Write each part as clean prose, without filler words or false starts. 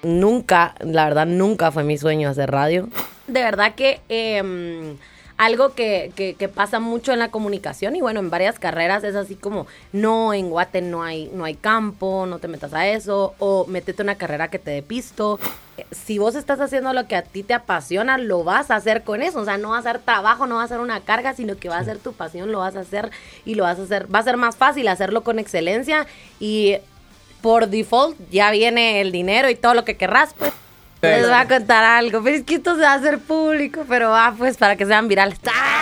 nunca, la verdad, nunca fue mi sueño hacer radio. De verdad que algo que pasa mucho en la comunicación y bueno, en varias carreras es así como, no, en Guate no hay campo, no te metas a eso, o métete una carrera que te dé pisto. Si vos estás haciendo lo que a ti te apasiona, lo vas a hacer con eso. O sea, no va a ser trabajo, no va a ser una carga, sino que va a ser tu pasión, lo vas a hacer y lo vas a hacer. Va a ser más fácil hacerlo con excelencia y por default ya viene el dinero y todo lo que querrás, pues. Les voy a contar algo, pero es que esto se va a hacer público, pero pues para que sean virales.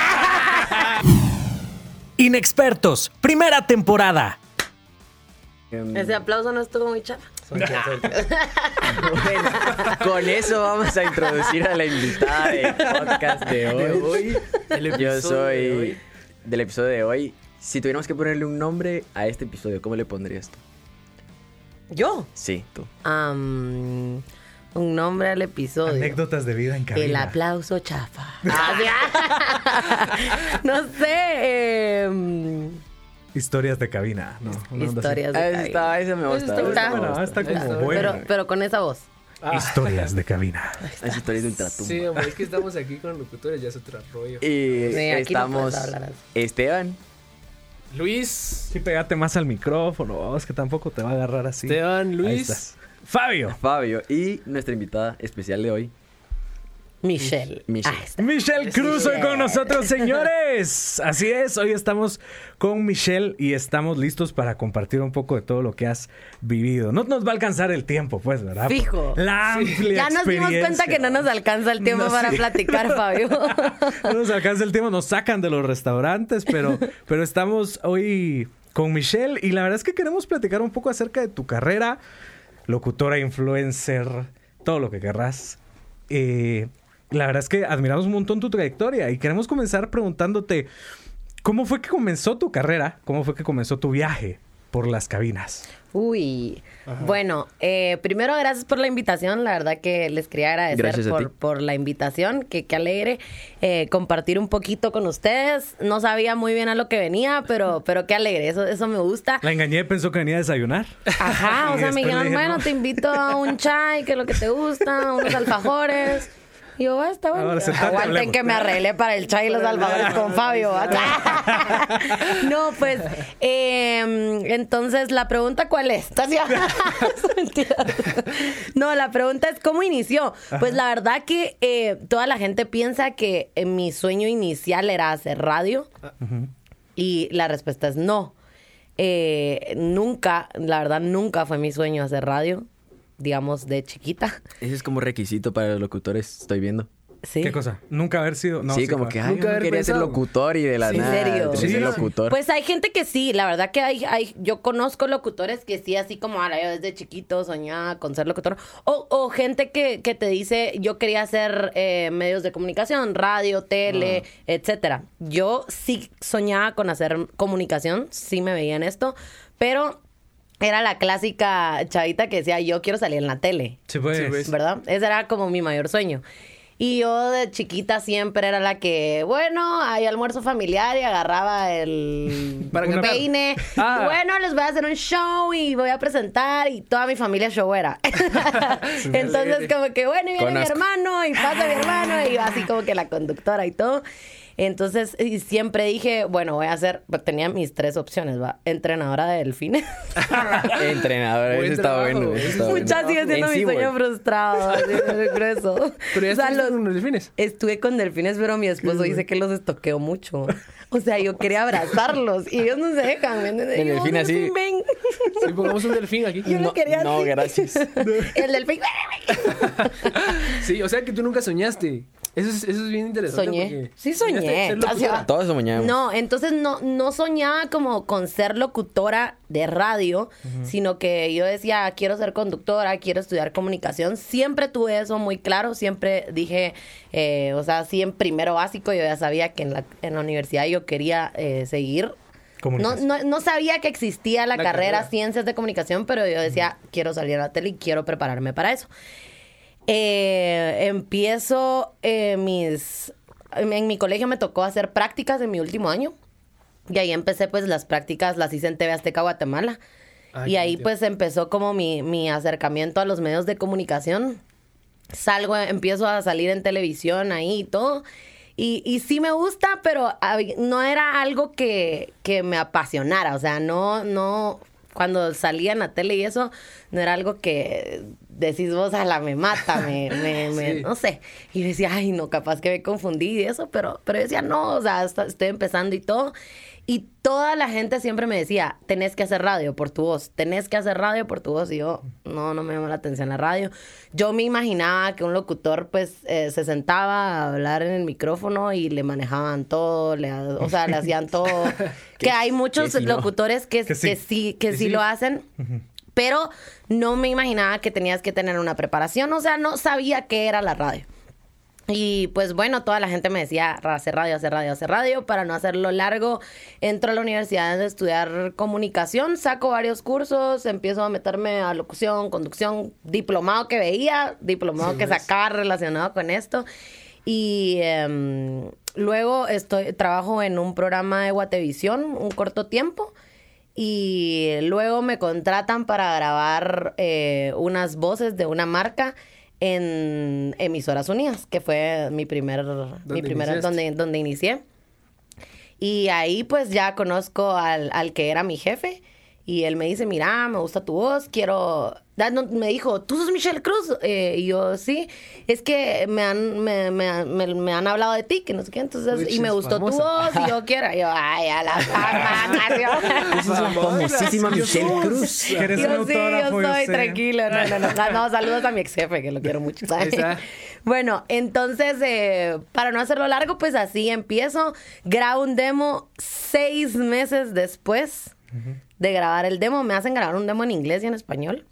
Inexpertos, primera temporada. Ese aplauso no estuvo muy chafa. Bueno, con eso vamos a introducir a la invitada del podcast de hoy. Yo soy del episodio de hoy. Si tuviéramos que ponerle un nombre a este episodio, ¿cómo le pondrías tú? ¿Yo? Sí, tú. Un nombre al episodio. Anécdotas de vida en cabina. El aplauso chafa. No sé. Historias de cabina. No, Historias de cabina. Eso me gusta. Está como bueno. Pero con esa voz. Historias de cabina. Es historia de ultratumba. Sí, hombre, es que estamos aquí con locutores, ya es otro rollo. Y Sí, aquí no estamos puedes hablar así. Esteban. Luis. Sí, pégate más al micrófono, vamos, que tampoco te va a agarrar así. Esteban, Ahí Luis. estás. Fabio Y nuestra invitada especial de hoy, Michelle. Michelle. Ahí está. Michelle Cruz hoy con nosotros, señores. Así es, hoy estamos con Michelle y estamos listos para compartir un poco de todo lo que has vivido. No nos va a alcanzar el tiempo, pues, ¿verdad? Fijo. La amplia Ya nos dimos cuenta que no nos alcanza el tiempo para platicar, Fabio. No nos alcanza el tiempo, nos sacan de los restaurantes, pero estamos hoy con Michelle y la verdad es que queremos platicar un poco acerca de tu carrera, locutora, influencer, todo lo que querrás. La verdad es que admiramos un montón tu trayectoria y queremos comenzar preguntándote ¿cómo fue que comenzó tu carrera? ¿Cómo fue que comenzó tu viaje por las cabinas? Uy, bueno, primero gracias por la invitación, la verdad que les quería agradecer por la invitación, que alegre compartir un poquito con ustedes. No sabía muy bien a lo que venía, pero qué alegre, eso me gusta. La engañé, pensó que venía a desayunar. Ajá, o sea, me dijeron, bueno, no. te invito a un chai, que es lo que te gusta, unos alfajores. Y yo, está bueno. Ahora, sentate, Aguanten hablemos. que me arreglé para el chai y los alfajores con Fabio. No, pues, entonces, ¿la pregunta cuál es? Mentira. No, la pregunta es, ¿cómo inició? Pues la verdad que toda la gente piensa que mi sueño inicial era hacer radio. Y la respuesta es no. Nunca, la verdad, nunca fue mi sueño hacer radio. Digamos, de chiquita. Ese es como requisito para los locutores, estoy viendo. Sí. ¿Qué cosa? Nunca haber sido... No, sí, como que Nunca yo haber quería ser pensado. locutor y de la ¿En nada. serio? quería ser Sí. locutor. Pues hay gente que sí, la verdad que yo conozco locutores que sí, así como, yo desde chiquito soñaba con ser locutor. O gente que te dice, yo quería hacer medios de comunicación, radio, tele, etcétera. Yo sí soñaba con hacer comunicación, sí me veía en esto, pero... Era la clásica chavita que decía, yo quiero salir en la tele. Sí, pues. Sí, pues. ¿Verdad? Ese era como mi mayor sueño. Y yo de chiquita siempre era la que, bueno, hay almuerzo familiar y agarraba el Para cantar. peine. Ah. Y bueno, les voy a hacer un show y voy a presentar y toda mi familia showera. Entonces como que, bueno, y viene mi Conozco. hermano y pasa mi hermano y yo así como que la conductora y todo. Entonces, y siempre dije, bueno, voy a hacer, tenía mis 3 opciones, ¿va? Entrenadora de delfines. Entrenador, Buen eso está trabajo, bueno. Eso está bueno. Muchas sigue siendo En mi sueño SeaWorld. frustrado. Así, por eso. Pero ya O sea, estuviste con los delfines. estuve con delfines, pero mi esposo dice que los estoqueo mucho. O sea, yo quería abrazarlos y ellos no se dejan, ¿me entiendes? El Yo, delfín así. delfín, ven. Sí, pongamos un delfín aquí. Yo lo quería No, así. gracias. El delfín. Sí, o sea que tú nunca soñaste. Eso es bien interesante. Soñé. porque Sí soñé. soñaste ser locutora. O sea, Todos soñamos. No, entonces no soñaba como con ser locutora de radio, sino que yo decía, quiero ser conductora, quiero estudiar comunicación. Siempre tuve eso muy claro, siempre dije, o sea, sí en primero básico yo ya sabía que en la universidad yo quería seguir. No sabía que existía la carrera Ciencias de Comunicación, pero yo decía, quiero salir a la tele y quiero prepararme para eso. Empiezo en mi colegio me tocó hacer prácticas en mi último año y ahí empecé pues las prácticas, las hice en TV Azteca Guatemala Ay, y ahí qué pues empezó como mi acercamiento a los medios de comunicación. Empiezo a salir en televisión ahí y todo. Y sí me gusta, pero no era algo que me apasionara. O sea, no, cuando salía en la tele y eso, no era algo que decís vos, me mata, Sí. no sé. Y decía, ay, no, capaz que me confundí y eso, pero decía, no, o sea, estoy empezando y todo. Y toda la gente siempre me decía, tenés que hacer radio por tu voz, tenés que hacer radio por tu voz. Y yo, no me llama la atención la radio. Yo me imaginaba que un locutor, pues, se sentaba a hablar en el micrófono y le manejaban todo, le hacían todo. Que hay muchos que sí, ¿no? locutores que sí lo hacen. Pero no me imaginaba que tenías que tener una preparación. O sea, no sabía qué era la radio. Y pues bueno, toda la gente me decía, hacer radio. Para no hacerlo largo, entro a la universidad a estudiar comunicación, saco varios cursos, empiezo a meterme a locución, conducción, diplomado que veía, diplomado que sacaba relacionado con esto. Y luego trabajo en un programa de Guatevisión, un corto tiempo. Y luego me contratan para grabar unas voces de una marca en Emisoras Unidas, que fue mi primera donde inicié. Y ahí pues ya conozco al que era mi jefe y él me dice, mira, me gusta tu voz, me dijo, ¿tú sos Michelle Cruz? Y yo, sí, es que me han hablado de ti, que no sé qué, entonces, y me gustó tu voz, y yo quiero, y yo, ay, a la fama, Esa es la famosísima Michelle Cruz. ¿Quieres un yo autógrafo? estoy Usted? tranquilo. No, saludos a mi ex jefe, que lo quiero mucho. Ahí está. Bueno, entonces, para no hacerlo largo, pues así empiezo. Grabo un demo 6 meses después de grabar el demo. Me hacen grabar un demo en inglés y en español.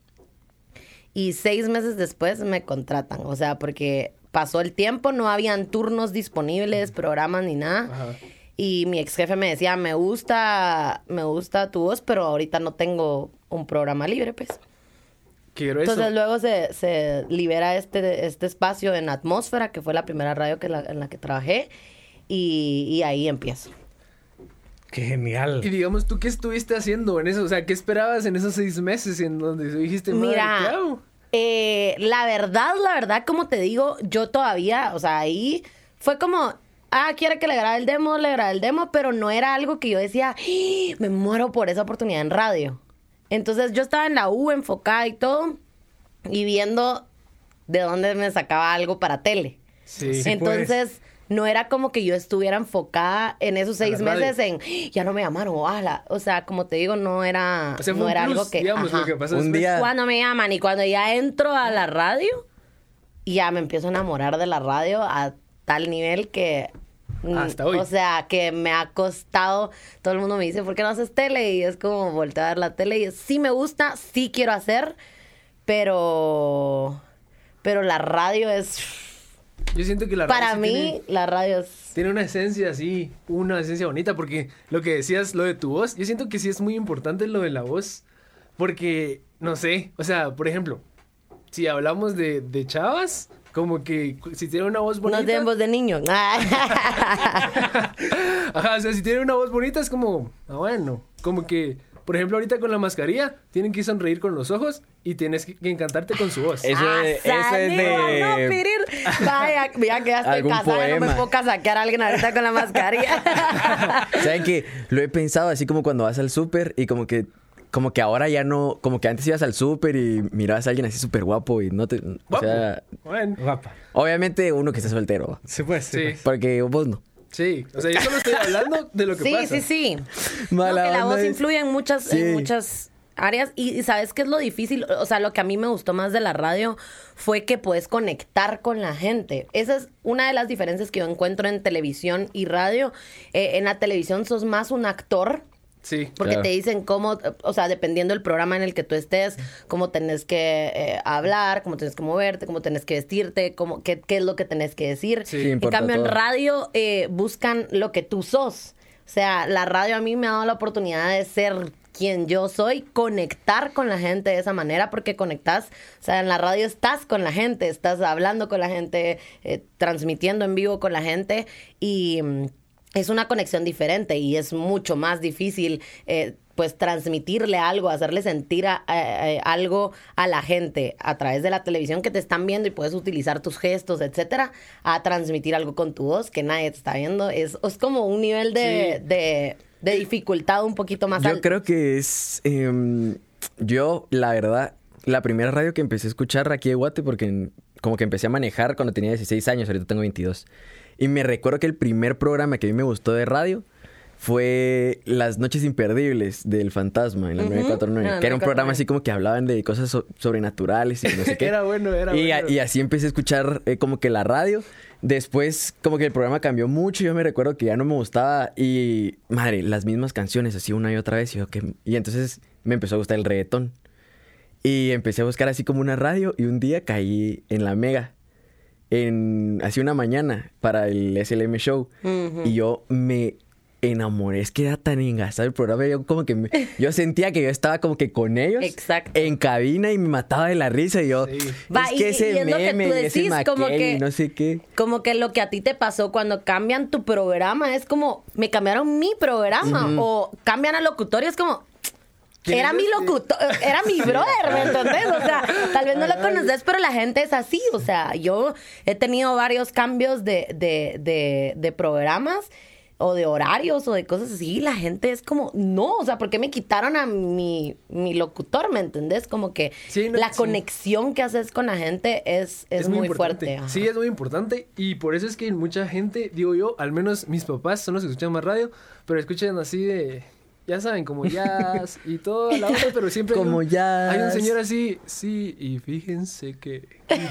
Y 6 meses después me contratan. O sea, porque pasó el tiempo, no habían turnos disponibles, programas ni nada. Ajá. Y mi ex jefe me decía, me gusta tu voz, pero ahorita no tengo un programa libre, pues. Quiero eso. Entonces luego se libera este espacio en Atmósfera, que fue la primera radio en la que trabajé, y ahí empiezo. Qué genial. Y digamos, ¿tú qué estuviste haciendo en eso? O sea, ¿qué esperabas en esos 6 meses en donde dijiste, madre, Mira, ¿qué hago? la verdad, como te digo, yo todavía, o sea, ahí fue como, quiere que le grabe el demo, pero no era algo que yo decía, me muero por esa oportunidad en radio. Entonces yo estaba en la U enfocada y todo, y viendo de dónde me sacaba algo para tele. Sí. Entonces, no era como que yo estuviera enfocada en esos 6 la radio. meses en, ya no me llamaron, o sea, como te digo, no era, O sea, fue no un era plus, algo que, digamos, ajá. lo que pasó Un después. día- Cuando me llaman y cuando ya entro a la radio, ya me empiezo a enamorar de la radio a tal nivel que... Hasta hoy. O sea, que me ha costado... Todo el mundo me dice, ¿por qué no haces tele? Y es como voltear a ver la tele. Y sí me gusta, sí quiero hacer, pero la radio es... Yo siento que la radio Para sí mí, la radio es... tiene una esencia así, una esencia bonita, porque lo que decías, lo de tu voz, yo siento que sí es muy importante lo de la voz, porque, no sé, o sea, por ejemplo, si hablamos de chavas, como que si tiene una voz bonita... No tienen voz de niño. Ajá, o sea, si tiene una voz bonita es como, bueno, como que, por ejemplo, ahorita con la mascarilla, tienen que sonreír con los ojos y tienes que encantarte con su voz. Eso es No, de... Pirir. Vaya, ya que ya estoy Algún casada, no me poema. puedo casaquear a alguien ahorita con la mascarilla. ¿Saben qué? Lo he pensado así como cuando vas al súper y como que ahora ya no... Como que antes ibas al súper y mirabas a alguien así súper guapo y no te... O Guapo. sea, Bueno, Guapa. obviamente uno que está soltero, Sí, pues. Sí. Sí. pues. porque vos no. sí, o sea, yo solo estoy hablando de lo que pasa. Sí. Mala No, que la onda voz es- influye en muchas áreas. Y ¿sabes qué es lo difícil? O sea, lo que a mí me gustó más de la radio fue que puedes conectar con la gente. Esa es una de las diferencias que yo encuentro en televisión y radio. En la televisión sos más un actor. Sí. Porque Claro. te dicen cómo, o sea, dependiendo del programa en el que tú estés, cómo tenés que hablar, cómo tenés que moverte, cómo tenés que vestirte, qué es lo que tenés que decir. Sí, Sí, En importa cambio, en todo. radio buscan lo que tú sos. O sea, la radio a mí me ha dado la oportunidad de ser quien yo soy, conectar con la gente de esa manera, porque conectás, o sea, en la radio estás con la gente, estás hablando con la gente, transmitiendo en vivo con la gente y es una conexión diferente y es mucho más difícil pues transmitirle algo, hacerle sentir algo a la gente a través de la televisión que te están viendo y puedes utilizar tus gestos, etcétera, a transmitir algo con tu voz que nadie te está viendo. Es como un nivel de dificultad un poquito más alto. Yo creo que es... yo, la verdad, la primera radio que empecé a escuchar aquí de Guate, porque como que empecé a manejar cuando tenía 16 años, ahorita tengo 22. Y me recuerdo que el primer programa que a mí me gustó de radio fue Las Noches Imperdibles del Fantasma en la 949, que era un programa así como que hablaban de cosas sobrenaturales y no sé qué. Era bueno. Y así empecé a escuchar como que la radio. Después como que el programa cambió mucho, yo me recuerdo que ya no me gustaba y, madre, las mismas canciones así una y otra vez. Y entonces me empezó a gustar el reggaetón. Y empecé a buscar así como una radio y un día caí en la Mega. Así una mañana para el SLM Show. Y yo me enamoré. Es que era tan engasado el programa. Yo sentía que yo estaba como que con ellos. Exacto. En cabina y me mataba de la risa. Y yo, Sí. es que ese meme, ese McKay, no sé qué. Como que lo que a ti te pasó cuando cambian tu programa es como, me cambiaron mi programa. O cambian al locutor y es como... Era mi locutor, era mi brother, ¿me entendés? O sea, tal vez no lo conoces, pero la gente es así. O sea, yo he tenido varios cambios de programas o de horarios o de cosas así. La gente es como, no, o sea, ¿por qué me quitaron a mi locutor? ¿Me entendés? Como que la conexión que haces con la gente es muy fuerte. Ajá. Sí, es muy importante. Y por eso es que mucha gente, digo yo, al menos mis papás son los que escuchan más radio, pero escuchan así de... Ya saben, como jazz y todo la otra, pero siempre como jazz. Hay un señor así, sí, y fíjense que...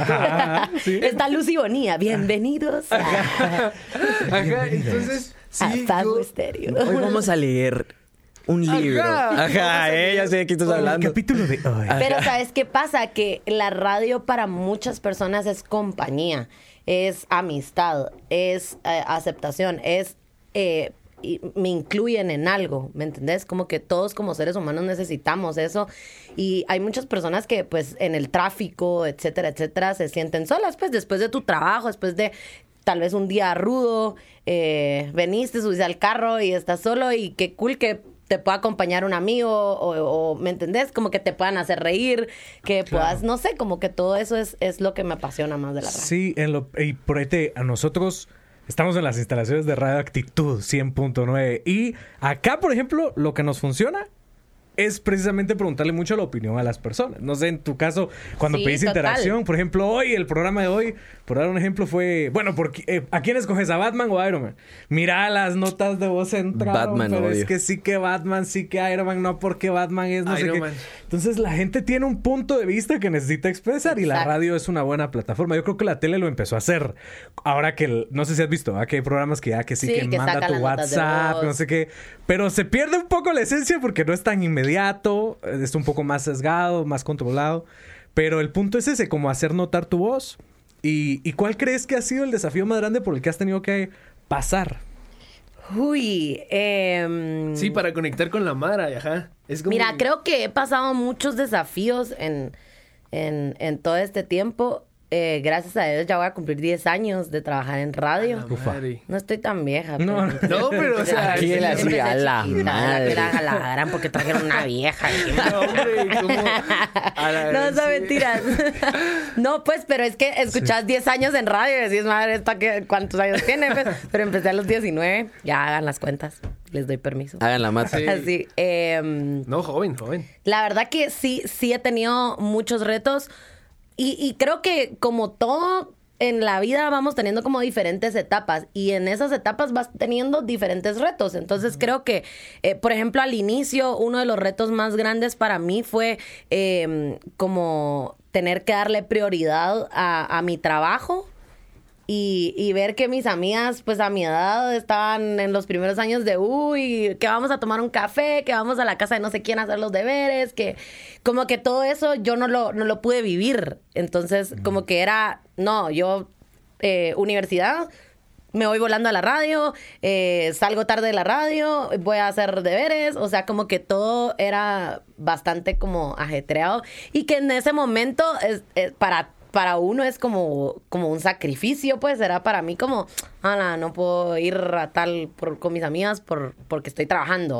¿Sí? Está Lucy Bonilla, bienvenidos Ajá, entonces, sí, Pago Estéreo. Hoy vamos a leer un libro. Ajá, ya sé de qué estás hablando. El capítulo de hoy. Pero ¿sabes qué pasa? Que la radio para muchas personas es compañía, es amistad, es aceptación, es... y me incluyen en algo, ¿me entendés? Como que todos como seres humanos necesitamos eso y hay muchas personas que pues en el tráfico, etcétera, etcétera, se sienten solas pues después de tu trabajo, después de tal vez un día rudo, veniste, subiste al carro y estás solo y qué cool que te pueda acompañar un amigo o ¿me entendés? Como que te puedan hacer reír, que puedas, no sé, como que todo eso es lo que me apasiona más de la radio. Sí, y por ahí a nosotros... Estamos en las instalaciones de Radio Actitud 100.9 y acá, por ejemplo, lo que nos funciona es precisamente preguntarle mucho la opinión a las personas. No sé, en tu caso, cuando pedís interacción, por ejemplo, hoy, el programa de hoy, por dar un ejemplo, fue... Bueno, ¿a quién escoges? ¿A Batman o a Iron Man? Mira, las notas de voz entraron, Batman, pero obvio. es que sí que Batman, sí que Iron Man, no porque Batman es no Iron sé qué. Man. Entonces, la gente tiene un punto de vista que necesita expresar y la radio es una buena plataforma. Yo creo que la tele lo empezó a hacer. Ahora que... No sé si has visto, que hay programas que sí que manda tu WhatsApp, no sé qué. Pero se pierde un poco la esencia porque no es tan inmediato, es un poco más sesgado, más controlado. Pero el punto es ese, como hacer notar tu voz. ¿Y cuál crees que ha sido el desafío más grande por el que has tenido que pasar? Uy, sí, para conectar con la Mara, ajá. Es como mira, creo que he pasado muchos desafíos en todo este tiempo. Gracias a Dios ya voy a cumplir 10 años de trabajar en radio. No estoy tan vieja. No, pero o sea... Aquí él así, a la madre. A la gran porque trajeron una vieja. No, hombre, ¿cómo? No, son mentiras. No, pues, pero es que escuchás 10 años en radio y decís, madre, ¿cuántos años tiene? Pues, pero empecé a los 19. Ya hagan las cuentas. Les doy permiso. Hagan la mata. Sí. Así. No, joven. La verdad que sí he tenido muchos retos. Y creo que como todo en la vida vamos teniendo como diferentes etapas y en esas etapas vas teniendo diferentes retos. Entonces creo que, por ejemplo, al inicio uno de los retos más grandes para mí fue como tener que darle prioridad a mi trabajo. Y ver que mis amigas, pues a mi edad, estaban en los primeros años de, que vamos a tomar un café, que vamos a la casa de no sé quién a hacer los deberes, que como que todo eso yo no lo pude vivir. Entonces, como que era, yo, universidad, me voy volando a la radio, salgo tarde de la radio, voy a hacer deberes, o sea, como que todo era bastante como ajetreado y que en ese momento para para uno es como un sacrificio, pues era para mí como, no puedo ir a tal con mis amigas porque estoy trabajando.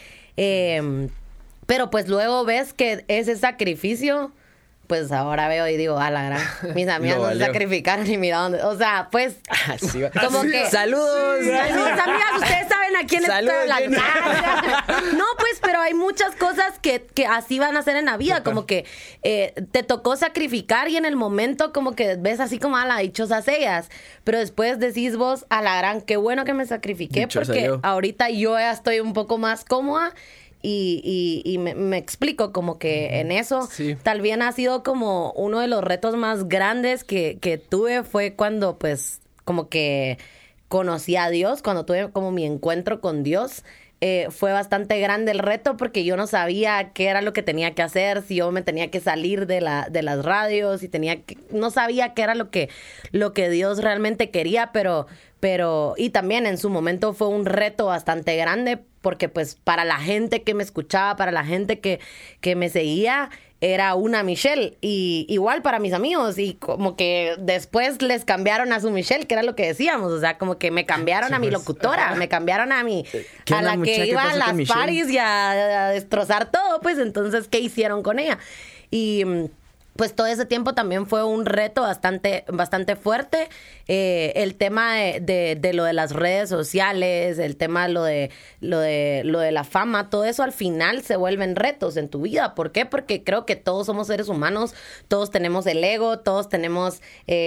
Pero pues luego ves que ese sacrificio, pues ahora veo y digo, la gran, mis amigas no se sacrificaron y mira dónde, o sea, pues, Así va. como que... ¡Saludos! Saludos, amigas, ustedes saben a quién estoy hablando. No, pues, pero hay muchas cosas que así van a ser en la vida, como que te tocó sacrificar y en el momento como que ves así como a la dichosas ellas, pero después decís vos, a la gran, qué bueno que me sacrifiqué, Dichosa porque yo. ahorita yo ya estoy un poco más cómoda. Y me explico como que en eso Sí. tal vez ha sido como uno de los retos más grandes que tuve fue cuando pues como que conocí a Dios, cuando tuve como mi encuentro con Dios. Fue bastante grande el reto porque yo no sabía qué era lo que tenía que hacer, si yo me tenía que salir de las radios, si no sabía qué era lo que Dios realmente quería, pero y también en su momento fue un reto bastante grande porque pues para la gente que me escuchaba, para la gente que me seguía, era una Michelle, y igual para mis amigos, y como que después les cambiaron a su Michelle, que era lo que decíamos, o sea, como que me cambiaron a mi locutora, me cambiaron a ¿Qué onda, la muchacha? que ¿Qué iba a pasó con las Michelle? parties y a destrozar todo, pues entonces, ¿qué hicieron con ella? Y pues todo ese tiempo también fue un reto bastante fuerte. El tema de lo de las redes sociales, el tema de lo de la fama, todo eso al final se vuelven retos en tu vida. ¿Por qué? Porque creo que todos somos seres humanos, todos tenemos el ego, todos tenemos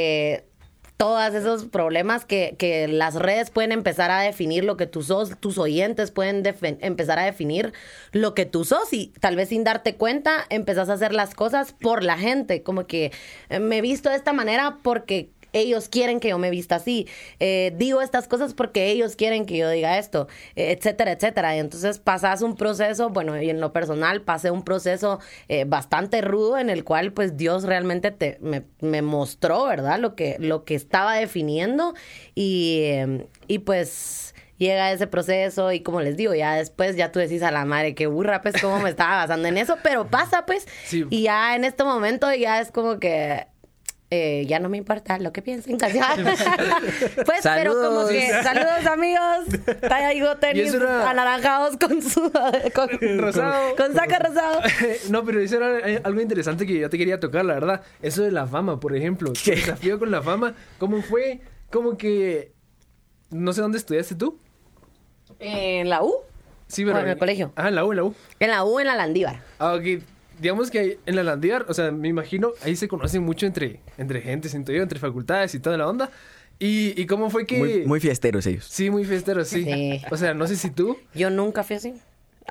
todos esos problemas que las redes pueden empezar a definir lo que tú sos, tus oyentes pueden empezar a definir lo que tú sos, y tal vez sin darte cuenta empezás a hacer las cosas por la gente, como que me he visto de esta manera porque ellos quieren que yo me vista así, digo estas cosas porque ellos quieren que yo diga esto, etcétera, etcétera. Y entonces pasas un proceso, bueno, y en lo personal pasé un proceso bastante rudo en el cual pues Dios realmente me mostró, ¿verdad? Lo que estaba definiendo, y pues llega ese proceso y como les digo, ya después ya tú decís a la madre, qué burra, pues cómo me estaba basando en eso, pero pasa pues, Sí. y ya en este momento ya es como que ya no me importa lo que piensen. Pues, Saludos. pero como que, saludos amigos. Traigo tenis Y eso era- anaranjados con Rosado. con saco rosado. No, pero eso era algo interesante que yo te quería tocar, la verdad. Eso de la fama, por ejemplo. Tu desafío con la fama, ¿cómo fue? Como que... No sé dónde estudiaste tú. En la U. Sí, pero... O en el colegio. Ah, en la U, en la U. En la U, en la Landívar. Ah, ok. Digamos que en la Landívar, o sea, me imagino, ahí se conocen mucho entre gente, siento yo, entre facultades y toda la onda. ¿Y cómo fue que...? Muy, muy fiesteros ellos. Sí, muy fiesteros, sí. Sí. O sea, no sé si tú... Yo nunca fui así.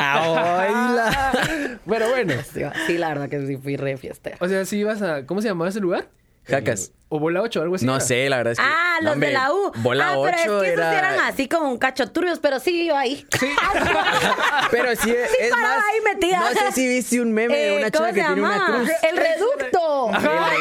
Bueno, bueno. Sí, la verdad que sí fui re fiestera. O sea, si ibas a... ¿Cómo se llamaba ese lugar? Jacas. O Bola 8 o algo así. No ¿era? sé, la verdad es que... Ah, no, los hombre, de la U. Bola 8 pero es que esos era... eran así como un cacho turbios, pero sí yo ahí. Sí. Pero sí, es paraba más... ahí metida. No sé si viste un meme de una ¿cómo chava que se tiene una llama? cruz. El reducto.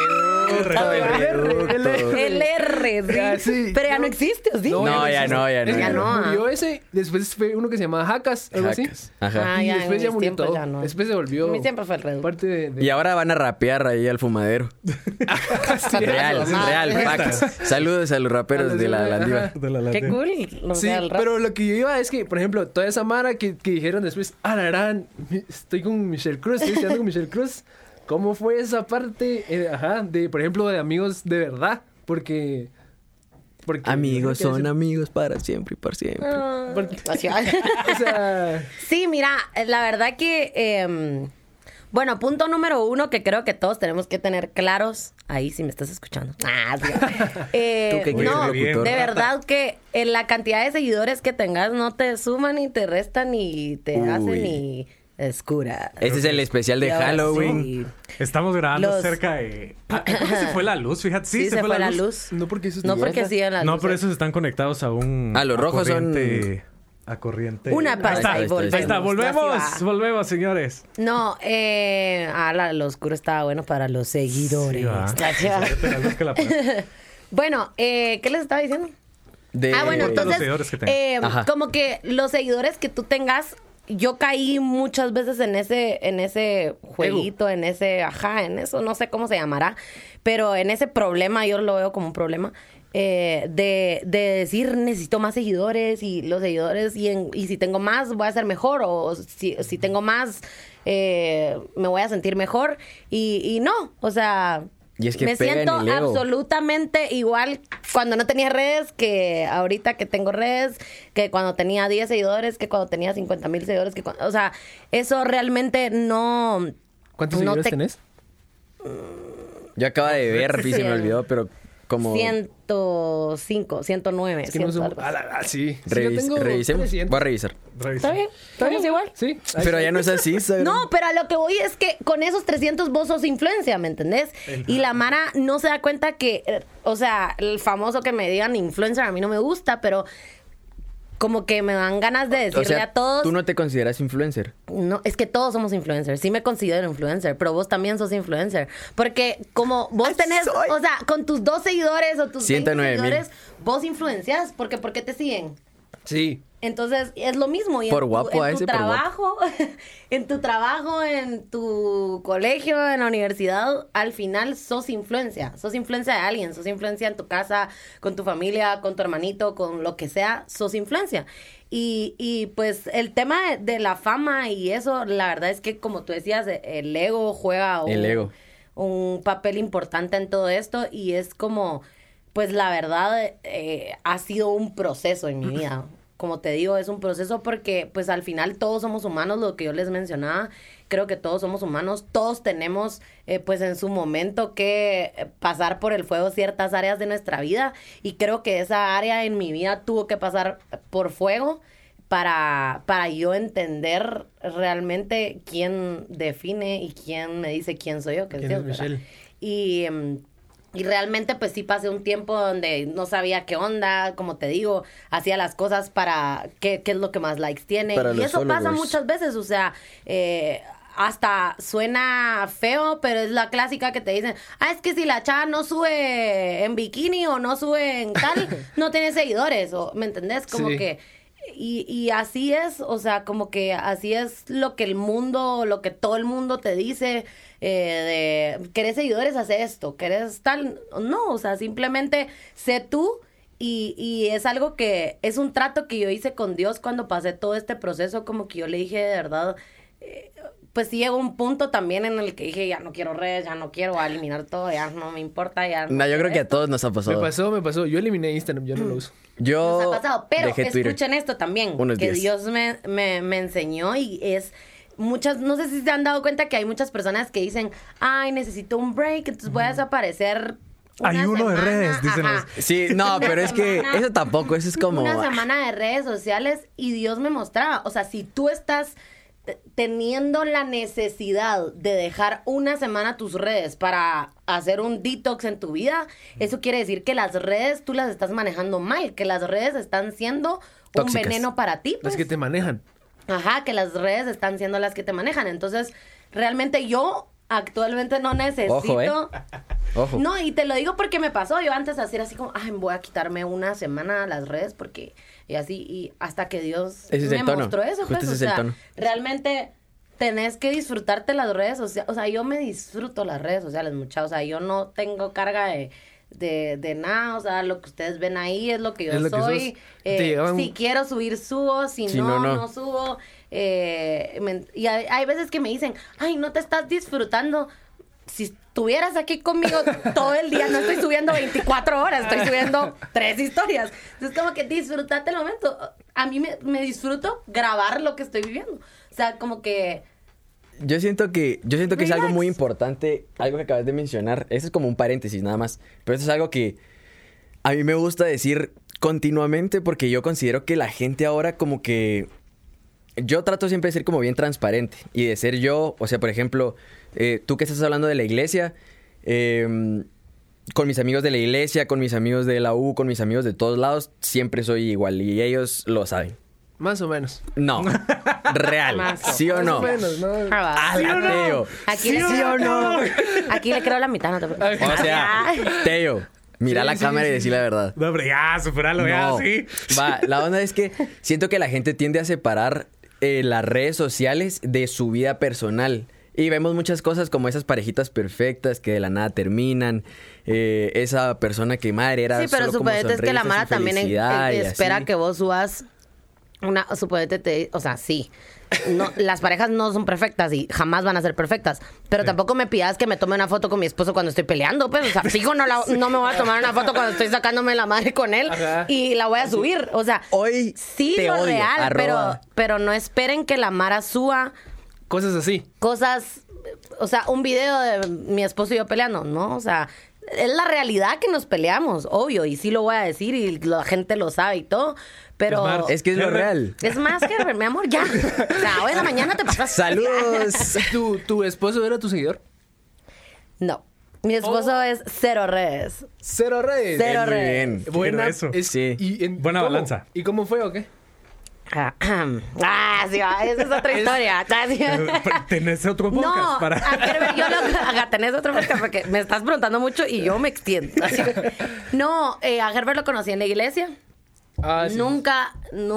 El R, sí. Ah, sí. Pero ya no existe, ¿o sí? No, ya existe. no, ya Es no. que Ya no, murió ese, después fue uno que se llamaba Jacas, algo así. Jacas. Ajá. Ah, Y ya, después en ya mis murió tiempos todo. ya no. Después se volvió A mí siempre fue el reducto. parte de... Y ahora van a rapear ahí al fumadero. Real, facts. Saludos a los raperos de la Landiva. Qué cool. O Sí, sea, el rap. pero lo que yo iba es que, por ejemplo, toda esa mara que dijeron después, la gran, estoy con Michelle Cruz, estoy estudiando con Michelle Cruz. ¿Cómo fue esa parte, de, por ejemplo, de amigos de verdad? Porque Amigos creo que son ese- amigos para siempre y por siempre. porque- Así. o sea, Sí, mira, la verdad que, bueno, punto número 1 que creo que todos tenemos que tener claros, ahí si me estás escuchando. Sí. Tú que quieres No, ser locutor. de verdad que en la cantidad de seguidores que tengas no te suman ni te restan ni te Uy. hacen ni escura. Este es el especial de Y ahora Halloween. sí. Estamos grabando Los- cerca de... creo que se fue la luz, fíjate. Sí, se fue la luz. no porque eso es No mierda. porque siguen las No, luces. pero esos están conectados a un... Ah, los rojos son- A corriente. Una Ahí pausa está, y ahí está, ahí volvemos. está. Ahí está, volvemos, Así va. volvemos, señores. No, lo oscuro estaba bueno para los seguidores. Sí, va. Ahorita la luz que la apaga. Bueno, ¿qué les estaba diciendo? De... Bueno, Los entonces, seguidores que tengas. Ajá. como que los seguidores que tú tengas, yo caí muchas veces en ese jueguito, en eso, no sé cómo se llamará, pero en ese problema, yo lo veo como un problema, de decir necesito más seguidores y los seguidores, y si tengo más voy a ser mejor, o si tengo más me voy a sentir mejor, y no, o sea... Y es que me pega siento en el ego. absolutamente igual cuando no tenía redes que ahorita que tengo redes, que cuando tenía 10 seguidores, que cuando tenía 50,000 seguidores, o sea, eso realmente no... ¿Cuántos no seguidores tenés? Yo acabo de ver y se me olvidó, pero como... 105, 109. Es que no somos... sí. Revisemos. 300. Voy a revisar. ¿Está bien? ¿Estamos igual? Sí. Pero ya no es así, Instagram. No, pero a lo que voy es que con esos 300 vos sos influencia, ¿me entendés? Y la Mara no se da cuenta que, o sea, el famoso que me digan influencer a mí no me gusta, pero como que me dan ganas de decirle O sea, a todos... ¿tú no te consideras influencer? No, es que todos somos influencers. Sí me considero influencer, pero vos también sos influencer. Porque como vos tenés, o sea, con tus 2 seguidores o tus 20 seguidores, vos influencias. Porque ¿por qué te siguen? Sí. Entonces, es lo mismo. Y por guapo a ese, por trabajo, en tu trabajo, en tu colegio, en la universidad, al final sos influencia. Sos influencia de alguien. Sos influencia en tu casa, con tu familia, con tu hermanito, con lo que sea. Sos influencia. Y pues el tema de la fama y eso, la verdad es que, como tú decías, el ego juega un papel importante en todo esto. Y es como, pues la verdad, ha sido un proceso en mi vida. Como te digo, es un proceso porque pues al final todos somos humanos, lo que yo les mencionaba, creo que todos somos humanos, todos tenemos pues en su momento que pasar por el fuego ciertas áreas de nuestra vida, y creo que esa área en mi vida tuvo que pasar por fuego para yo entender realmente quién define y quién me dice quién soy yo, que es Dios, ¿verdad? Y realmente pues sí pasé un tiempo donde no sabía qué onda, como te digo, hacía las cosas para qué es lo que más likes tiene. Para y los eso pasa followers. muchas veces, o sea, hasta suena feo, pero es la clásica que te dicen, es que si la chava no sube en bikini o no sube en tal, no tiene seguidores, o ¿me entendés? Como Sí. que... Y así es, o sea, como que así es lo que el mundo, lo que todo el mundo te dice, de querés seguidores, hace esto, querés tal, no, o sea, simplemente sé tú, y es algo que, es un trato que yo hice con Dios cuando pasé todo este proceso, como que yo le dije de verdad, pues sí llegó un punto también en el que dije, ya no quiero redes, ya no quiero eliminar todo, ya no me importa, ya No, yo creo que a esto. todos nos ha pasado. Me pasó. Yo eliminé Instagram, yo no lo uso. Yo Nos ha pasado, pero dejé Twitter. escuchen esto también, Unos que 10. Dios me enseñó, y es muchas, no sé si se han dado cuenta que hay muchas personas que dicen, ay, necesito un break, entonces voy a desaparecer una Ayuno de semana. redes, dicen Ajá. Sí, no, pero es que semana. eso tampoco, eso es como... Una semana de redes sociales, y Dios me mostraba, o sea, si tú estás teniendo la necesidad de dejar una semana tus redes para hacer un detox en tu vida, eso quiere decir que las redes tú las estás manejando mal, que las redes están siendo Tóxicas. un veneno para ti. Pues. Las que te manejan. Ajá, que las redes están siendo las que te manejan. Entonces, realmente yo actualmente no necesito... Ojo, Ojo. No, y te lo digo porque me pasó. Yo antes hacía así como, voy a quitarme una semana las redes porque... Y así, y hasta que Dios Ese es me el tono. mostró eso, Justo pues, ese o es el sea, tono. realmente tenés que disfrutarte las redes sociales. O sea, yo me disfruto las redes sociales, muchachos. O sea, yo no tengo carga de nada. O sea, lo que ustedes ven ahí es lo que yo Es lo que soy. sos. Te llevan- Si quiero subir, subo. Si Si no, no, no. no subo. Y hay veces que me dicen, ay, no te estás disfrutando. Si estuvieras aquí conmigo todo el día, no estoy subiendo 24 horas, estoy subiendo 3 historias. Entonces, como que disfrutate el momento. A mí me disfruto grabar lo que estoy viviendo. O sea, como que... Yo siento que es algo Relax. muy importante, algo que acabas de mencionar. Eso es como un paréntesis nada más. Pero eso es algo que a mí me gusta decir continuamente porque yo considero que la gente ahora como que... Yo trato siempre de ser como bien transparente y de ser yo, o sea, por ejemplo, tú que estás hablando de la iglesia, con mis amigos de la iglesia, con mis amigos de la U, con mis amigos de todos lados, siempre soy igual y ellos lo saben. Más o menos. No, real, Más o- ¿sí o no? Más o menos, ¿no? ¡Hala, Teo! Aquí ¿Sí o no? Aquí le creo la mitad, no te preocupes. O sea, Teo, mira Sí, la sí, cámara y sí, decir la verdad. No, hombre, ya, superalo, ya, No. sí. Va, la onda es que siento que la gente tiende a separar las redes sociales de su vida personal. Y vemos muchas cosas como esas parejitas perfectas que de la nada terminan. Esa persona que madre era Sí, pero solo como suponete es que la sonrisas y Mara también felicidad y espera así. que vos subas una... Suponete, o sea, sí. No, las parejas no son perfectas y jamás van a ser perfectas. Pero tampoco me pidas que me tome una foto con mi esposo cuando estoy peleando. Pues, o sea, fijo, no me voy a tomar una foto cuando estoy sacándome la madre con él. Ajá. Y la voy a subir. O sea, Hoy sí, te lo odio, real. arroba. Pero no esperen que la Mara suba Cosas así. cosas... O sea, un video de mi esposo y yo peleando, ¿no? O sea, es la realidad que nos peleamos, obvio. Y sí lo voy a decir y la gente lo sabe y todo. Pero... Smart. Es que es lo real. Es más que, mi amor, ya. O sea, hoy en la mañana te pasas. ¡Saludos! ¿Tu esposo era tu seguidor? No. Mi esposo es cero redes. Cero redes. Cero Muy redes. bien. Buena. Eso. Sí. Buena ¿cómo? balanza. ¿Y cómo fue o qué? Sí, esa es otra historia. ¿Tenés otro podcast No, para...? a ver, yo tenés otro podcast porque me estás preguntando mucho y yo me extiendo. Así. No, a Herbert lo conocí en la iglesia. Ah, sí. Nunca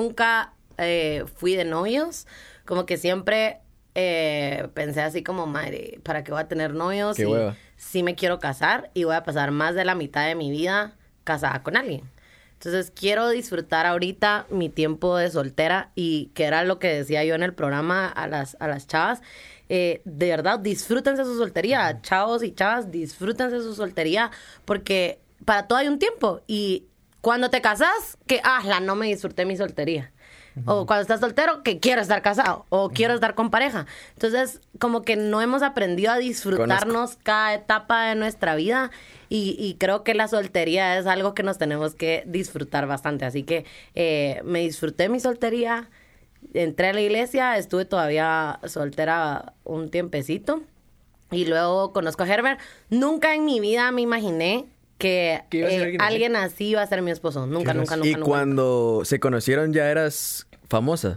fui de novios. Como que siempre pensé así como, madre, ¿para qué voy a tener novios? Qué hueva. Sí me quiero casar y voy a pasar más de la mitad de mi vida casada con alguien. Entonces quiero disfrutar ahorita mi tiempo de soltera y que era lo que decía yo en el programa a las chavas. De verdad, disfrútense su soltería. Chavos y chavas, disfrútense su soltería porque para todo hay un tiempo. Y cuando te casas, que, no me disfruté mi soltería. O cuando estás soltero, que quiero estar casado. O quiero estar con pareja. Entonces, como que no hemos aprendido a disfrutarnos cada etapa de nuestra vida. Y creo que la soltería es algo que nos tenemos que disfrutar bastante. Así que me disfruté mi soltería. Entré a la iglesia, estuve todavía soltera un tiempecito. Y luego conozco a Herbert. Nunca en mi vida me imaginé que ¿Que iba a ser alguien así iba a ser mi esposo. Nunca. Y cuando se conocieron ya eras famosa.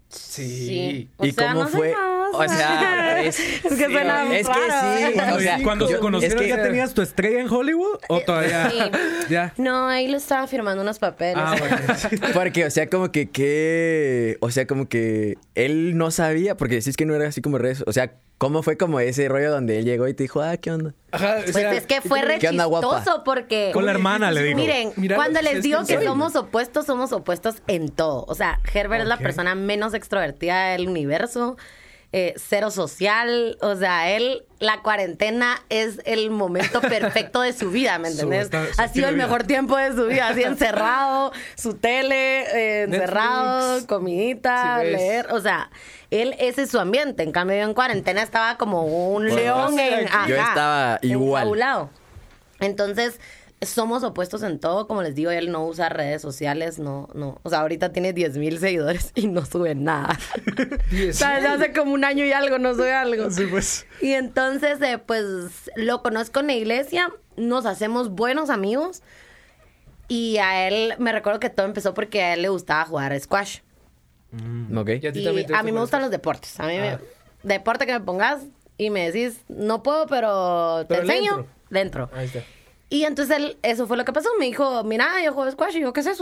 Sí. O ¿Y sea, cómo no soy fue? famosa. O sea, es que suena es que raro. sí. O sea, Cuando se yo- conocieron, es que- ¿ya tenías tu estrella en Hollywood? ¿O todavía...? Sí. Ya. No, ahí lo estaba firmando unos papeles. Bueno. Porque, o sea, como que o sea, como que él no sabía, porque decís que no era así como redes, o sea, ¿cómo fue como ese rollo donde él llegó y te dijo, ¿qué onda? Ajá, o Pues sea, es que fue re ¿Qué onda, guapa? chistoso porque... Con la hermana le digo. Miren, Mira, cuando les es digo que que soy. somos opuestos en todo. O sea, Herbert es la Ok. persona menos extrovertida del universo. Cero social. O sea, la cuarentena es el momento perfecto de su vida, ¿me entendés? Su Ha sido el vida. mejor tiempo de su vida. Así encerrado, su tele, encerrado, Netflix. comidita, Sí, pues. leer. O sea, ese es su ambiente. En cambio, yo en cuarentena estaba como un león en... Yo ajá, estaba igual. enjaulado. Entonces, somos opuestos en todo. Como les digo, él no usa redes sociales, no. O sea, ahorita tiene 10,000 seguidores y no sube nada. ¿Sabes? Hace como un año y algo no sube algo. Sí, pues. Y entonces, pues, lo conozco en la iglesia, nos hacemos buenos amigos. Y a él, me recuerdo que todo empezó porque a él le gustaba jugar squash. Ok. ¿Y a ti Y también te a mí me gusta gustan los deportes. A mí deporte que me pongas y me decís, no puedo, pero te Pero le enseño, entro. dentro. Ahí está. Y entonces eso fue lo que pasó. Me dijo, mira, yo juego squash. Y yo, ¿qué es eso?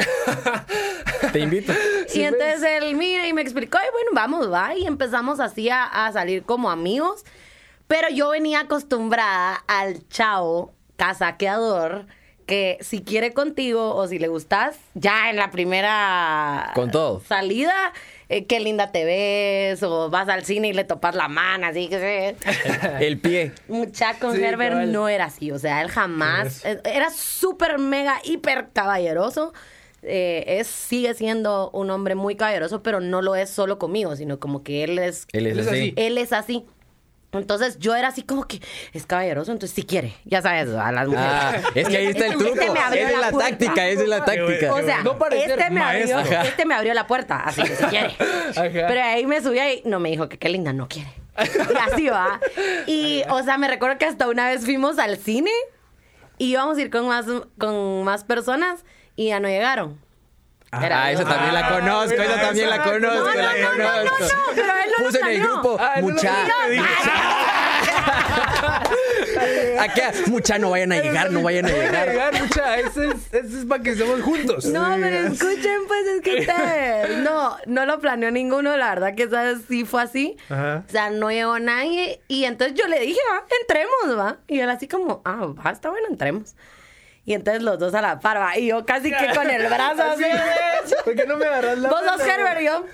Te invito. Y entonces él mira y me explicó, y bueno, vamos, va. Y empezamos así a salir como amigos. Pero yo venía acostumbrada al chavo casaqueador que si quiere contigo o si le gustas, ya en la primera Con todo. salida, qué linda te ves, o vas al cine y le topas la mano, así que El pie. Mucha con Sí, Herbert cabal. no era así, o sea, él jamás, era súper mega hiper caballeroso. Sigue siendo un hombre muy caballeroso, pero no lo es solo conmigo, sino como que él es Él es Él es así. así. él es así. Entonces yo era así como que es caballeroso, entonces sí quiere, ya sabes, a las mujeres. Ah, es que ahí está el Este truco. me abrió Esa es la puerta. táctica, esa es la táctica. O sea, No parecer maestro. este me abrió la puerta, así que si quiere. Ajá. Pero ahí me subí y no me dijo que qué linda, no quiere. Y así va. Y, o sea, me recuerdo que hasta una vez fuimos al cine y íbamos a ir con más personas y ya no llegaron. Era- Esa también la conozco, esa también la conozco, la conozco. pero él no lo Puso en el planeó. grupo, Ah, él no lo mucha. Y yo, Acá, mucha, no vayan a llegar. Mucha, eso es para que estemos juntos. No, pero escuchen, pues es que ustedes. No lo planeó ninguno, la verdad que esa vez sí fue así. Ajá. O sea, no llegó nadie. Y entonces yo le dije, entremos, va. Y él así como, va, está bueno, entremos. Y entonces los dos a la par, va. Y yo casi que con el brazo así. ¿Por qué no me agarras la Vos mano? sos Herbert, yo.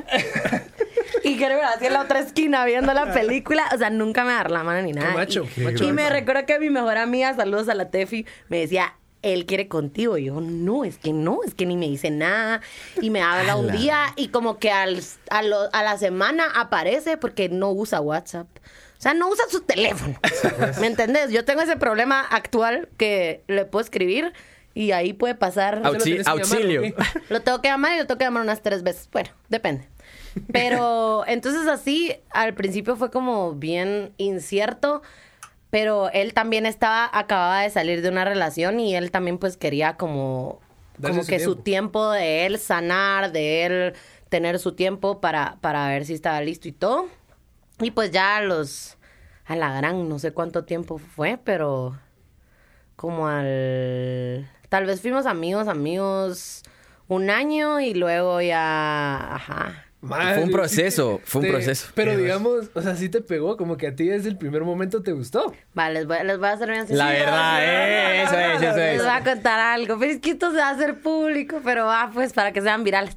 Y Herbert así en la otra esquina viendo la película. O sea, nunca me agarró la mano ni nada. Qué macho, y, macho. y me recuerdo que mi mejor amiga, saludos a la Tefi, me decía, él quiere contigo. Y yo, no, es que ni me dice nada. Y me habla un día y como que a la semana aparece porque no usa WhatsApp. O sea, no usa su teléfono. ¿Me entendés? Yo tengo ese problema actual que le puedo escribir y ahí puede pasar... Auxilio. Lo tengo que llamar y lo tengo que llamar unas 3 veces. Bueno, depende. Pero entonces así, al principio fue como bien incierto, pero él también acababa de salir de una relación y él también pues quería como que su tiempo de él sanar, de él tener su tiempo para ver si estaba listo y todo. Y pues ya a la gran, no sé cuánto tiempo fue, pero como tal vez fuimos amigos 1 año y luego ya, ajá. Madre, Fue un proceso. Pero digamos, o sea, sí te pegó, como que a ti desde el primer momento te gustó. Vale, les voy a hacer bien La verdad, eso es. Les voy a contar algo, pero es que esto se va a hacer público, pero pues para que sean virales.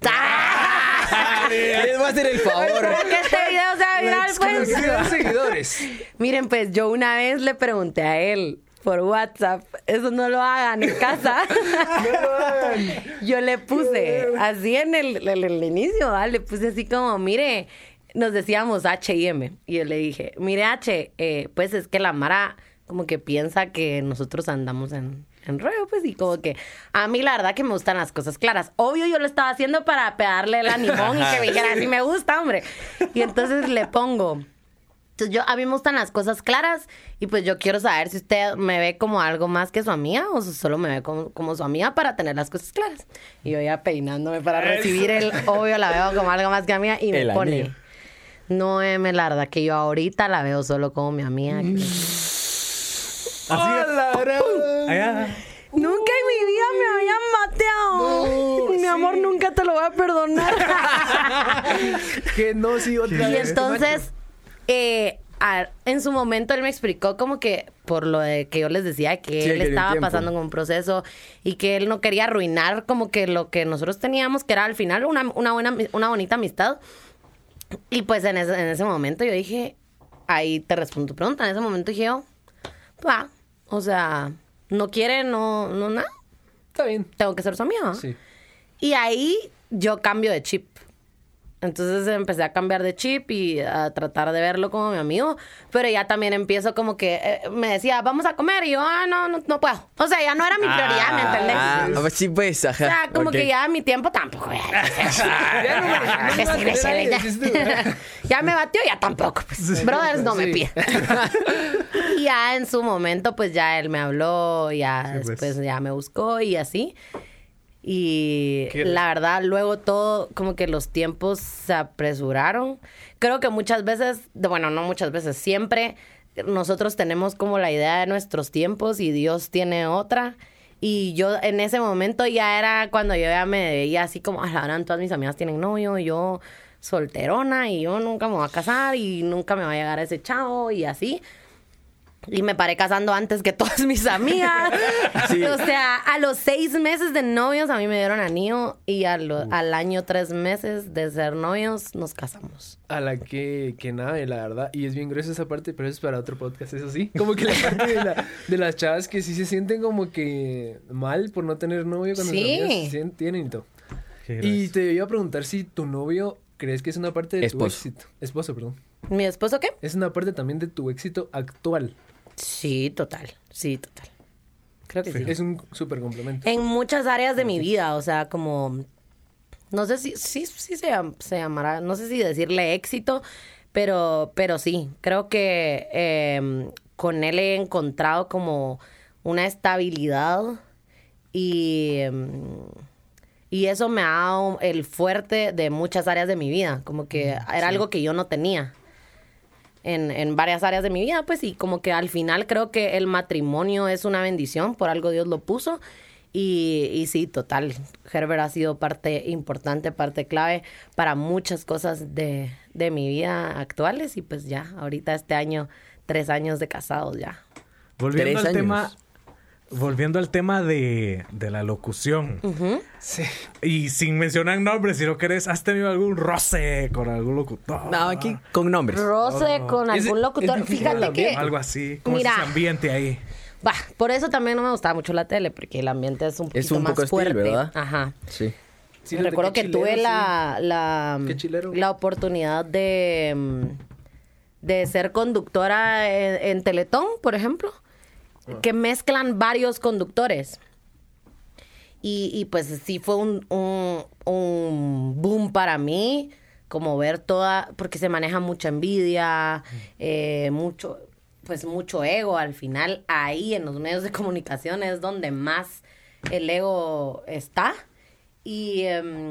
Les voy a hacer el favor. Para que este video sea viral, pues. Exclusiva de seguidores. Miren, pues yo una vez le pregunté a él por WhatsApp, eso no lo hagan en casa. No lo hagan. Yo le puse así en el inicio, ¿vale? Le puse así como, mire, nos decíamos H y M. Y yo le dije, mire H, pues es que la Mara como que piensa que nosotros andamos en rollo, pues, y como que a mí la verdad que me gustan las cosas claras. Obvio yo lo estaba haciendo para pegarle el animón y que me dijera, sí me gusta, hombre. Y entonces le pongo... Entonces a mí me gustan las cosas claras y pues yo quiero saber si usted me ve como algo más que su amiga o si solo me ve como su amiga para tener las cosas claras. Y yo ya peinándome para recibir el obvio, la veo como algo más que amiga y me pone, anillo. no, M, la verdad que yo ahorita la veo solo como mi amiga. ¡Hola, Allá. Nunca en mi vida me habían mateado. No, Mi amor, sí. nunca te lo voy a perdonar. Que no, sí, otra Y vez. entonces, en su momento él me explicó como que por lo de que yo les decía que Sí, él que el estaba tiempo. pasando con un proceso y que él no quería arruinar como que lo que nosotros teníamos, que era al final una bonita amistad. Y pues en ese momento yo dije, ahí te respondo tu pregunta, en ese momento dije yo, va, o sea, no quiere, no nada, Está bien. tengo que ser su amiga. Sí. Y ahí yo cambio de chip. Entonces empecé a cambiar de chip y a tratar de verlo como mi amigo. Pero ya también empiezo como que me decía, vamos a comer. Y yo, no puedo. O sea, ya no era mi prioridad, ¿me entendés? Pues sí, pues, ajá. O sea, como Ok. que ya mi tiempo tampoco. Ya no me va a tener ahí, decís tú, ¿verdad? Ya me batió, ya tampoco. Pues. Brothers no me Sí. piden. Y ya en su momento, pues ya él me habló, ya Sí, pues. después ya me buscó y así. Y Qué la verdad, luego todo, como que los tiempos se apresuraron. Creo que muchas veces, bueno, no muchas veces, siempre nosotros tenemos como la idea de nuestros tiempos y Dios tiene otra. Y yo en ese momento ya era cuando yo ya me veía así como, la verdad, todas mis amigas tienen novio, y yo solterona y yo nunca me voy a casar y nunca me va a llegar ese chavo y así. Y me paré casando antes que todas mis amigas. Sí. O sea, a los 6 meses de novios a mí me dieron anillo y al año 3 meses de ser novios nos casamos. A la que nada, la verdad. Y es bien gruesa esa parte, pero eso es para otro podcast, eso sí. Como que la parte de las chavas que sí se sienten como que mal por no tener novio cuando Sí. sus amigas tienen y todo. Qué Y gracia. te iba a preguntar si tu novio crees que es una parte de tu Esposo. éxito. Esposo, perdón. ¿Mi esposo qué? Es una parte también de tu éxito actual. Sí, total. Creo que sí. Es un súper complemento. En muchas áreas de mi vida, o sea, como... No sé si se llamará, no sé si decirle éxito, pero sí. Creo que con él he encontrado como una estabilidad y eso me ha dado el fuerte de muchas áreas de mi vida. Como que era algo que yo no tenía. en varias áreas de mi vida, pues, y como que al final creo que el matrimonio es una bendición, por algo Dios lo puso. Y sí, total, Herbert ha sido parte importante, parte clave para muchas cosas de mi vida actuales. Y pues ya, ahorita este año, 3 años de casados ya. Volviendo 3 al años. tema... Volviendo al tema de la locución. Sí. Y sin mencionar nombres, si no querés, ¿has tenido algún roce con algún locutor? No, aquí con nombres. Roce con Es- algún es locutor. difícil Fíjate el que... ambiente. Algo así, como Mira. ese ambiente ahí. Bah, por eso también no me gustaba mucho la tele, porque el ambiente es un poquito un más poco hostil, fuerte. ¿verdad? Ajá. Sí. Sí, Me los de recuerdo que chilero, tuve sí. la Qué chilero. la oportunidad de ser conductora en Teletón, por ejemplo, que mezclan varios conductores. Y pues sí fue un boom para mí, como ver toda, porque se maneja mucha envidia, mucho ego. Al final, ahí en los medios de comunicación es donde más el ego está. Y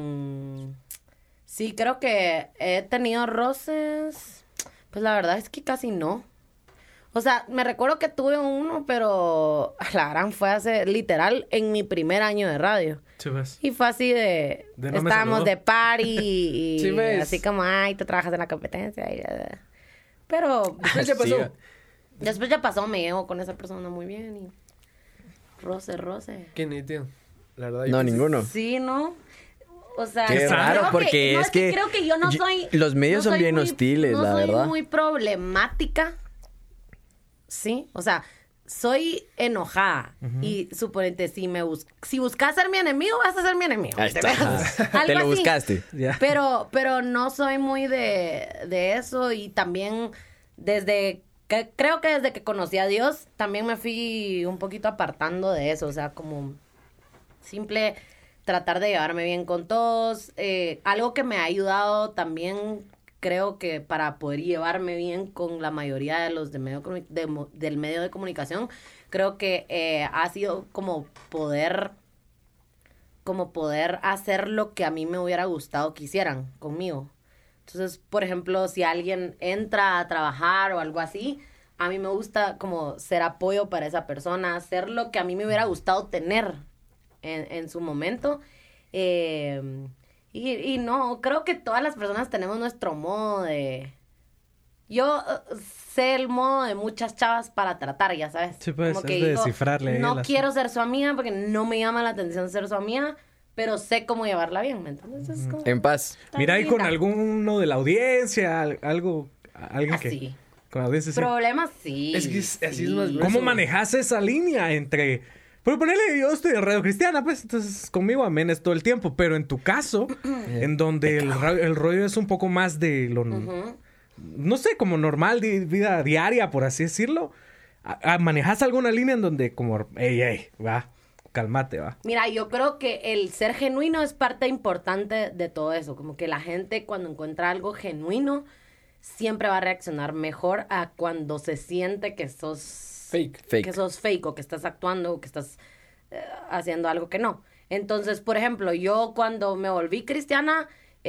sí, creo que he tenido roces. Pues la verdad es que casi no. O sea, me recuerdo que tuve uno, pero la gran fue hace, literal, en mi primer año de radio. Sí, pues. Y fue así De no me estábamos saludó. de party y Sí, ves. así como, ay, tú trabajas en la competencia. Pero Después ya pasó. Sí. después ya pasó, me llevo con esa persona muy bien y roce. Qué nítido. La verdad. yo No, pensé- ninguno. Sí, ¿no? O sea, Qué creo raro, que- porque no, es que creo que yo no soy... los medios no son soy bien hostiles, no la soy verdad. muy problemática. Sí, o sea, soy enojada. Y suponete, si buscas ser mi enemigo, vas a ser mi enemigo. Ahí ¿te está. ves? Te Algo lo así. buscaste. Ya. Pero no soy muy de eso. Y también creo que desde que conocí a Dios, también me fui un poquito apartando de eso. O sea, como simple tratar de llevarme bien con todos. Algo que me ha ayudado también, creo que para poder llevarme bien con la mayoría de los del medio de comunicación, creo que ha sido como poder hacer lo que a mí me hubiera gustado que hicieran conmigo. Entonces, por ejemplo, si alguien entra a trabajar o algo así, a mí me gusta como ser apoyo para esa persona, hacer lo que a mí me hubiera gustado tener en su momento. Y no, creo que todas las personas tenemos nuestro modo de... Yo sé el modo de muchas chavas para tratar, ya sabes. Sí, pues, Como es que de digo, descifrarle ahí no el quiero ser su amiga porque no me llama la atención ser su amiga, pero sé cómo llevarla bien, ¿me entiendes? Es como... En paz. está Mira ahí con linda. alguno de la audiencia, alguien que... Así. Con la audiencia, sí. Problemas sí. Es que así es sí. más grueso. ¿Cómo manejas esa línea entre... Pues ponerle, yo estoy en Radio Cristiana, pues, entonces conmigo amén es todo el tiempo, pero en tu caso, en donde el rollo es un poco más de lo... No sé, como normal, de vida diaria, por así decirlo, ¿manejas alguna línea en donde como, ey, va, cálmate, va? Mira, yo creo que el ser genuino es parte importante de todo eso. Como que la gente cuando encuentra algo genuino siempre va a reaccionar mejor a cuando se siente que sos Fake. que sos fake o que estás actuando o que estás haciendo algo que no. Entonces, por ejemplo, yo cuando me volví cristiana,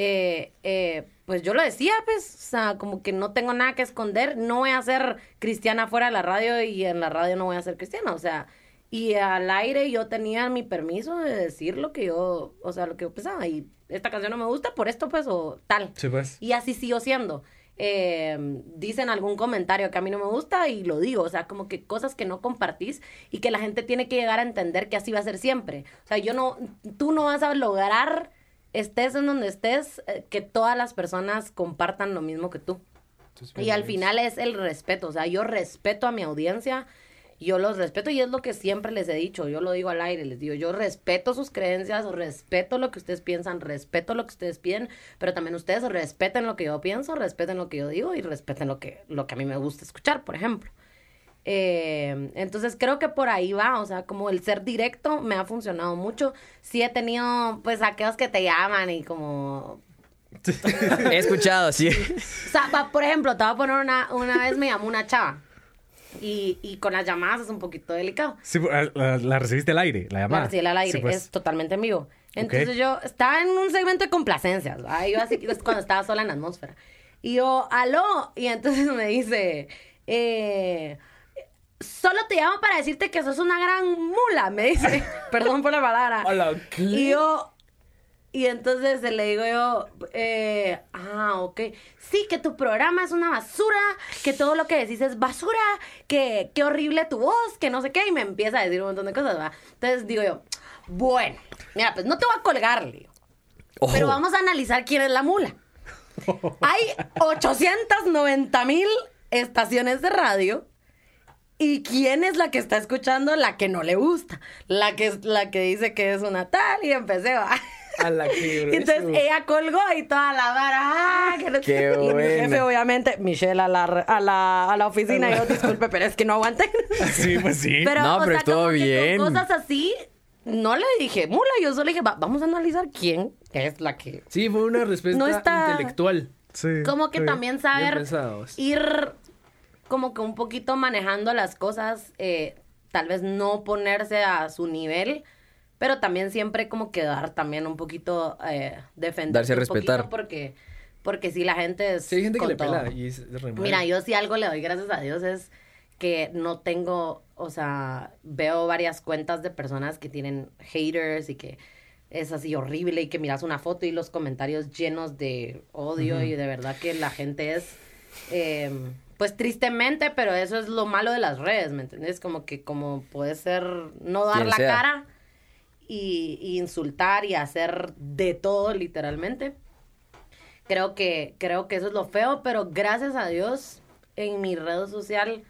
pues yo lo decía, pues, o sea, como que no tengo nada que esconder, no voy a ser cristiana fuera de la radio y en la radio no voy a ser cristiana, o sea, y al aire yo tenía mi permiso de decir lo que yo, o sea, lo que yo pensaba, y esta canción no me gusta por esto, pues, o tal. Sí, pues. Y así sigo siendo. Dicen algún comentario que a mí no me gusta y lo digo, o sea, como que cosas que no compartís y que la gente tiene que llegar a entender que así va a ser siempre. O sea, tú no vas a lograr, estés en donde estés, que todas las personas compartan lo mismo que tú. Y al final es el respeto, o sea, yo respeto a mi audiencia, yo los respeto y es lo que siempre les he dicho, yo lo digo al aire, les digo, yo respeto sus creencias, respeto lo que ustedes piensan, respeto lo que ustedes piden, pero también ustedes respeten lo que yo pienso, respeten lo que yo digo y respeten lo que a mí me gusta escuchar, por ejemplo. Entonces creo que por ahí va, o sea, como el ser directo me ha funcionado mucho. Sí he tenido, pues, aquellos que te llaman y como... He escuchado, sí. O sea, por ejemplo, te voy a poner una vez me llamó una chava. Y con las llamadas es un poquito delicado. Sí, la recibiste al aire, la llamada. La recibí al aire, Sí, pues. es totalmente en vivo. Entonces yo estaba en un segmento de complacencias, ¿verdad? Yo así, es cuando estaba sola en la atmósfera. Y yo, aló. Y entonces me dice, solo te llamo para decirte que sos una gran mula, me dice. Perdón por la palabra. Hola, ¿qué? Y entonces le digo yo, ok. Sí, que tu programa es una basura, que todo lo que decís es basura, que qué horrible tu voz, que no sé qué. Y me empieza a decir un montón de cosas, ¿va? Entonces digo yo, bueno, mira, pues no te voy a colgar, le digo. Pero vamos a analizar quién es la mula. Hay 890,000 estaciones de radio. ¿Y quién es la que está escuchando? La que no le gusta. La que dice que es una tal. Y empecé, va. A la que grueso. Entonces ella colgó y toda la vara. Qué y mi buena. jefe, obviamente, Michelle a la oficina. Y yo, disculpe, pero es que no aguanté. Sí, pues sí. Pero, No, o pero sea, estuvo como que bien. con cosas así, no le dije mula. Yo solo dije, vamos a analizar quién es la que... Sí, fue una respuesta No está- intelectual. Sí, Como que está bien. también Bien saber pensados. ir como que un poquito manejando las cosas, tal vez no ponerse a su nivel, pero también siempre como que dar también un poquito, defender Darse a un respetar. poquito porque sí, la gente es Sí, hay gente que con le todo. pela y es re mal. Mira, yo sí algo le doy gracias a Dios es que no tengo, o sea, veo varias cuentas de personas que tienen haters y que es así horrible y que miras una foto y los comentarios llenos de odio y de verdad que la gente es, pues tristemente, pero eso es lo malo de las redes, ¿me entiendes? Como que como puede ser no dar Quien la sea. cara y insultar y hacer de todo literalmente. Creo que eso es lo feo, pero gracias a Dios en mi red social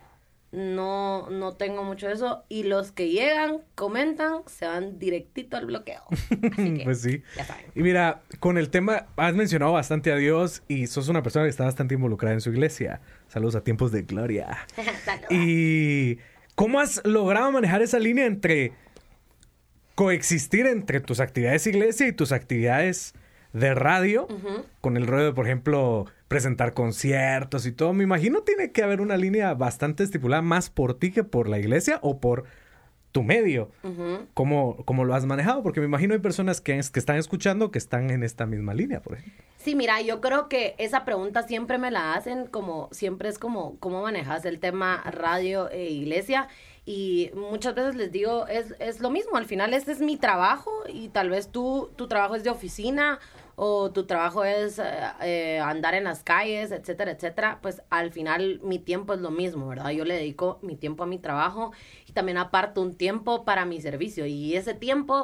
no tengo mucho de eso. Y los que llegan, comentan, se van directito al bloqueo. Así que, Pues sí. ya saben. Y mira, con el tema, has mencionado bastante a Dios y sos una persona que está bastante involucrada en su iglesia. Saludos a Tiempos de Gloria. Saludos. ¿Y cómo has logrado manejar esa línea entre coexistir entre tus actividades de iglesia y tus actividades de radio? Con el rollo de, por ejemplo, presentar conciertos y todo. Me imagino tiene que haber una línea bastante estipulada más por ti que por la iglesia o por tu medio. ¿Cómo lo has manejado? Porque me imagino hay personas que están escuchando que están en esta misma línea, por ejemplo. Sí, mira, yo creo que esa pregunta siempre me la hacen, como siempre es como cómo manejas el tema radio e iglesia, y muchas veces les digo, es lo mismo, al final este es mi trabajo y tal vez tu trabajo es de oficina o tu trabajo es andar en las calles, etcétera, etcétera, pues al final mi tiempo es lo mismo, ¿verdad? Yo le dedico mi tiempo a mi trabajo y también aparto un tiempo para mi servicio, y ese tiempo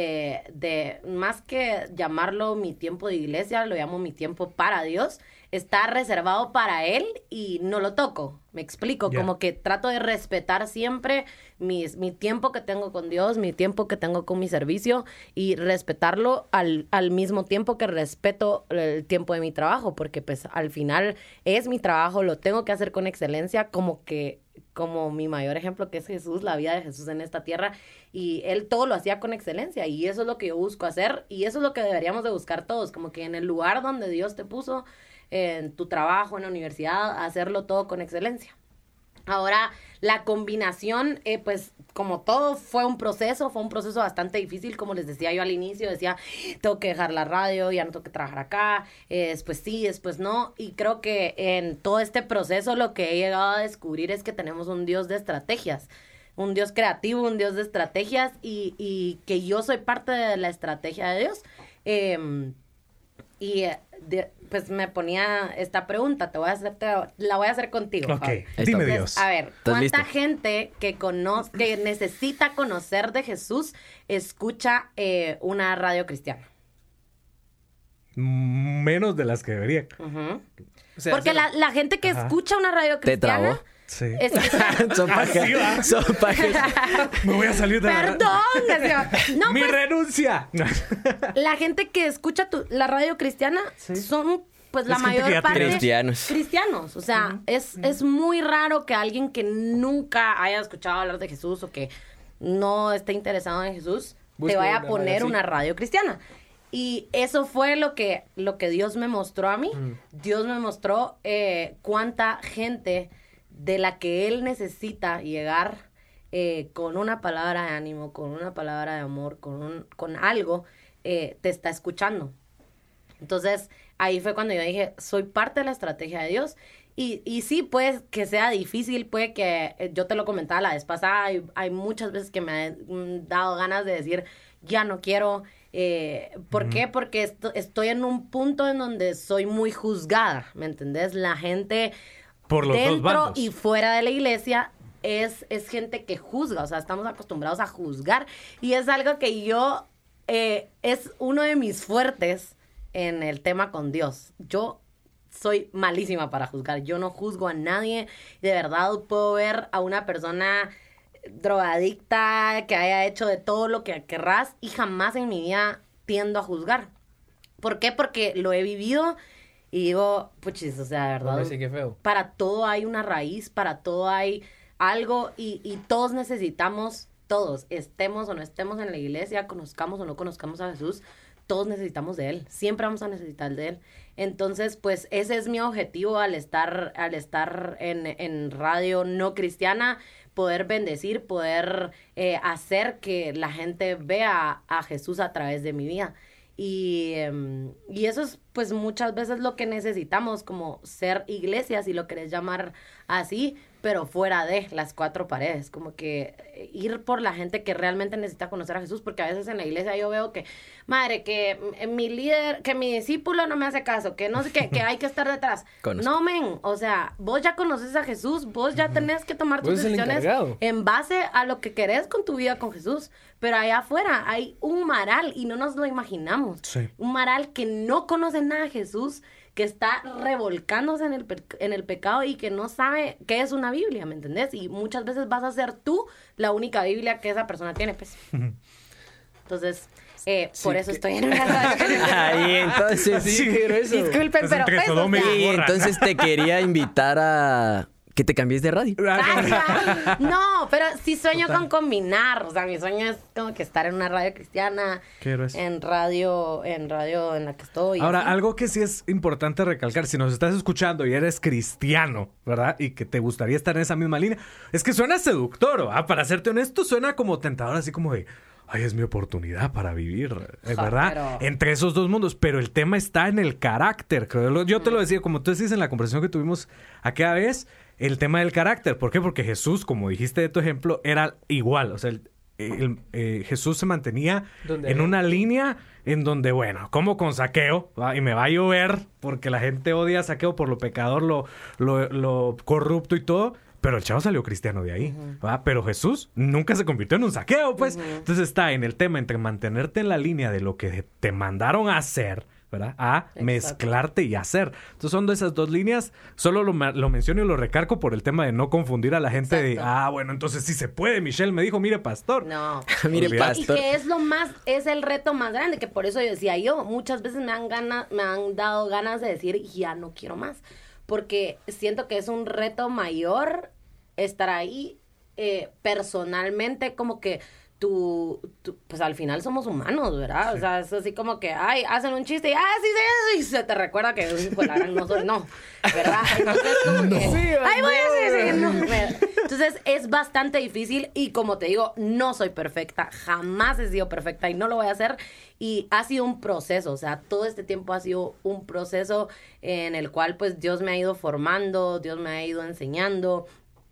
de más que llamarlo mi tiempo de iglesia, lo llamo mi tiempo para Dios, está reservado para Él y no lo toco. Me explico, Ya. como que trato de respetar siempre mi tiempo que tengo con Dios, mi tiempo que tengo con mi servicio, y respetarlo al mismo tiempo que respeto el tiempo de mi trabajo, porque pues al final es mi trabajo, lo tengo que hacer con excelencia, como mi mayor ejemplo que es Jesús, la vida de Jesús en esta tierra, y Él todo lo hacía con excelencia, y eso es lo que yo busco hacer, y eso es lo que deberíamos de buscar todos, como que en el lugar donde Dios te puso, en tu trabajo, en la universidad, hacerlo todo con excelencia. Ahora, la combinación, pues como todo fue un proceso bastante difícil, como les decía yo al inicio, decía, tengo que dejar la radio, ya no tengo que trabajar acá, después sí, después no, y creo que en todo este proceso lo que he llegado a descubrir es que tenemos un Dios de estrategias, un Dios creativo, un Dios de estrategias, y que yo soy parte de la estrategia de Dios. Pues me ponía esta pregunta, la voy a hacer contigo. Ok, Fabi. dime Entonces, Dios. A ver, ¿Estás ¿cuánta listo? gente que necesita conocer de Jesús escucha una radio cristiana? Menos de las que debería. Ujú. O sea, Porque la gente que Ajá. escucha una radio Te trabó. cristiana... Sí. Son Así va. pajas. Son pajas. Me voy a salir de la Perdón, no, ¡Mi pues, renuncia! la gente que escucha la radio cristiana son, pues, la Es gente que mayor ya parte... tiene- Cristianos. O sea, es muy raro que alguien que nunca haya escuchado hablar de Jesús o que no esté interesado en Jesús Busque te vaya una a poner radio así. una radio cristiana. Y eso fue lo que Dios me mostró a mí. Dios me mostró cuánta gente de la que Él necesita llegar con una palabra de ánimo, con una palabra de amor, con algo, te está escuchando. Entonces, ahí fue cuando yo dije, soy parte de la estrategia de Dios. Y sí, puede que sea difícil, puede que, yo te lo comentaba la vez pasada, hay muchas veces que me han dado ganas de decir, ya no quiero. ¿Por qué? Porque estoy en un punto en donde soy muy juzgada, ¿me entendés? La gente por los dentro dos bandos y fuera de la iglesia es gente que juzga, o sea, estamos acostumbrados a juzgar y es algo que yo, es uno de mis fuertes en el tema con Dios. Yo soy malísima para juzgar, yo no juzgo a nadie, de verdad puedo ver a una persona drogadicta que haya hecho de todo lo que querrás y jamás en mi vida tiendo a juzgar. ¿Por qué? Porque lo he vivido y digo, puchis, o sea, de verdad, Sí, qué feo. para todo hay una raíz, para todo hay algo y todos necesitamos, todos, estemos o no estemos en la iglesia, conozcamos o no conozcamos a Jesús, todos necesitamos de Él, siempre vamos a necesitar de Él. Entonces, pues ese es mi objetivo al estar en radio no cristiana, poder bendecir, poder hacer que la gente vea a Jesús a través de mi vida. Y eso es pues muchas veces lo que necesitamos, como ser iglesia, si lo querés llamar así, pero fuera de las cuatro paredes, como que ir por la gente que realmente necesita conocer a Jesús, porque a veces en la iglesia yo veo que, madre, que mi líder, que mi discípulo no me hace caso, que no sé qué, que hay que estar detrás. No, men, o sea, vos ya conoces a Jesús, vos ya tenés que tomar tus decisiones en base a lo que querés con tu vida con Jesús, pero allá afuera hay un maral y no nos lo imaginamos. Sí. Un maral que no conoce nada de Jesús, que está revolcándose en el pecado y que no sabe qué es una Biblia, ¿me entendés? Y muchas veces vas a ser tú la única Biblia que esa persona tiene, pues. Entonces, por eso estoy en una radio. Ahí, entonces... Sí, pero eso. Disculpen, pero pues, o sea, Y entonces te quería invitar a que te cambies de radio. gracias. No, pero sí sueño con combinar. O sea, mi sueño es como que estar en una radio cristiana, en radio en la que estoy. Ahora, así. algo que sí es importante recalcar, si nos estás escuchando y eres cristiano, ¿verdad? Y que te gustaría estar en esa misma línea, es que suena seductor, ¿verdad? Para serte honesto, suena como tentador, así como de, ay, es mi oportunidad para vivir, ¿verdad? Pero... Entre esos dos mundos, pero el tema está en el carácter, creo. Yo te lo decía, como tú decís en la conversación que tuvimos aquella vez, el tema del carácter. ¿Por qué? Porque Jesús, como dijiste de tu ejemplo, era igual. O sea, Jesús se mantenía en una línea en donde, bueno, como con Zaqueo, ¿va? Y me va a llover porque la gente odia a Zaqueo por lo pecador, lo corrupto y todo. Pero el chavo salió cristiano de ahí, ¿va? Pero Jesús nunca se convirtió en un Zaqueo, pues. Entonces está en el tema entre mantenerte en la línea de lo que te mandaron a hacer, ¿verdad? A mezclarte y hacer. Entonces son de esas dos líneas. Solo lo menciono y lo recargo por el tema de no confundir a la gente de, bueno, entonces sí se puede. Michelle me dijo, mire, pastor. No. Mire, pastor. Y que es el reto más grande, que por eso yo decía muchas veces me han dado ganas de decir, ya no quiero más. Porque siento que es un reto mayor estar ahí personalmente, como que pues al final somos humanos, ¿verdad? Sí. O sea, es así como que, hacen un chiste y, sí, y se te recuerda que, pues la gran no soy, no, ¿verdad? Entonces, como que, voy a decir, no. Entonces, es bastante difícil y como te digo, no soy perfecta, jamás he sido perfecta y no lo voy a hacer y ha sido un proceso, o sea, todo este tiempo ha sido un proceso en el cual, pues, Dios me ha ido formando, Dios me ha ido enseñando,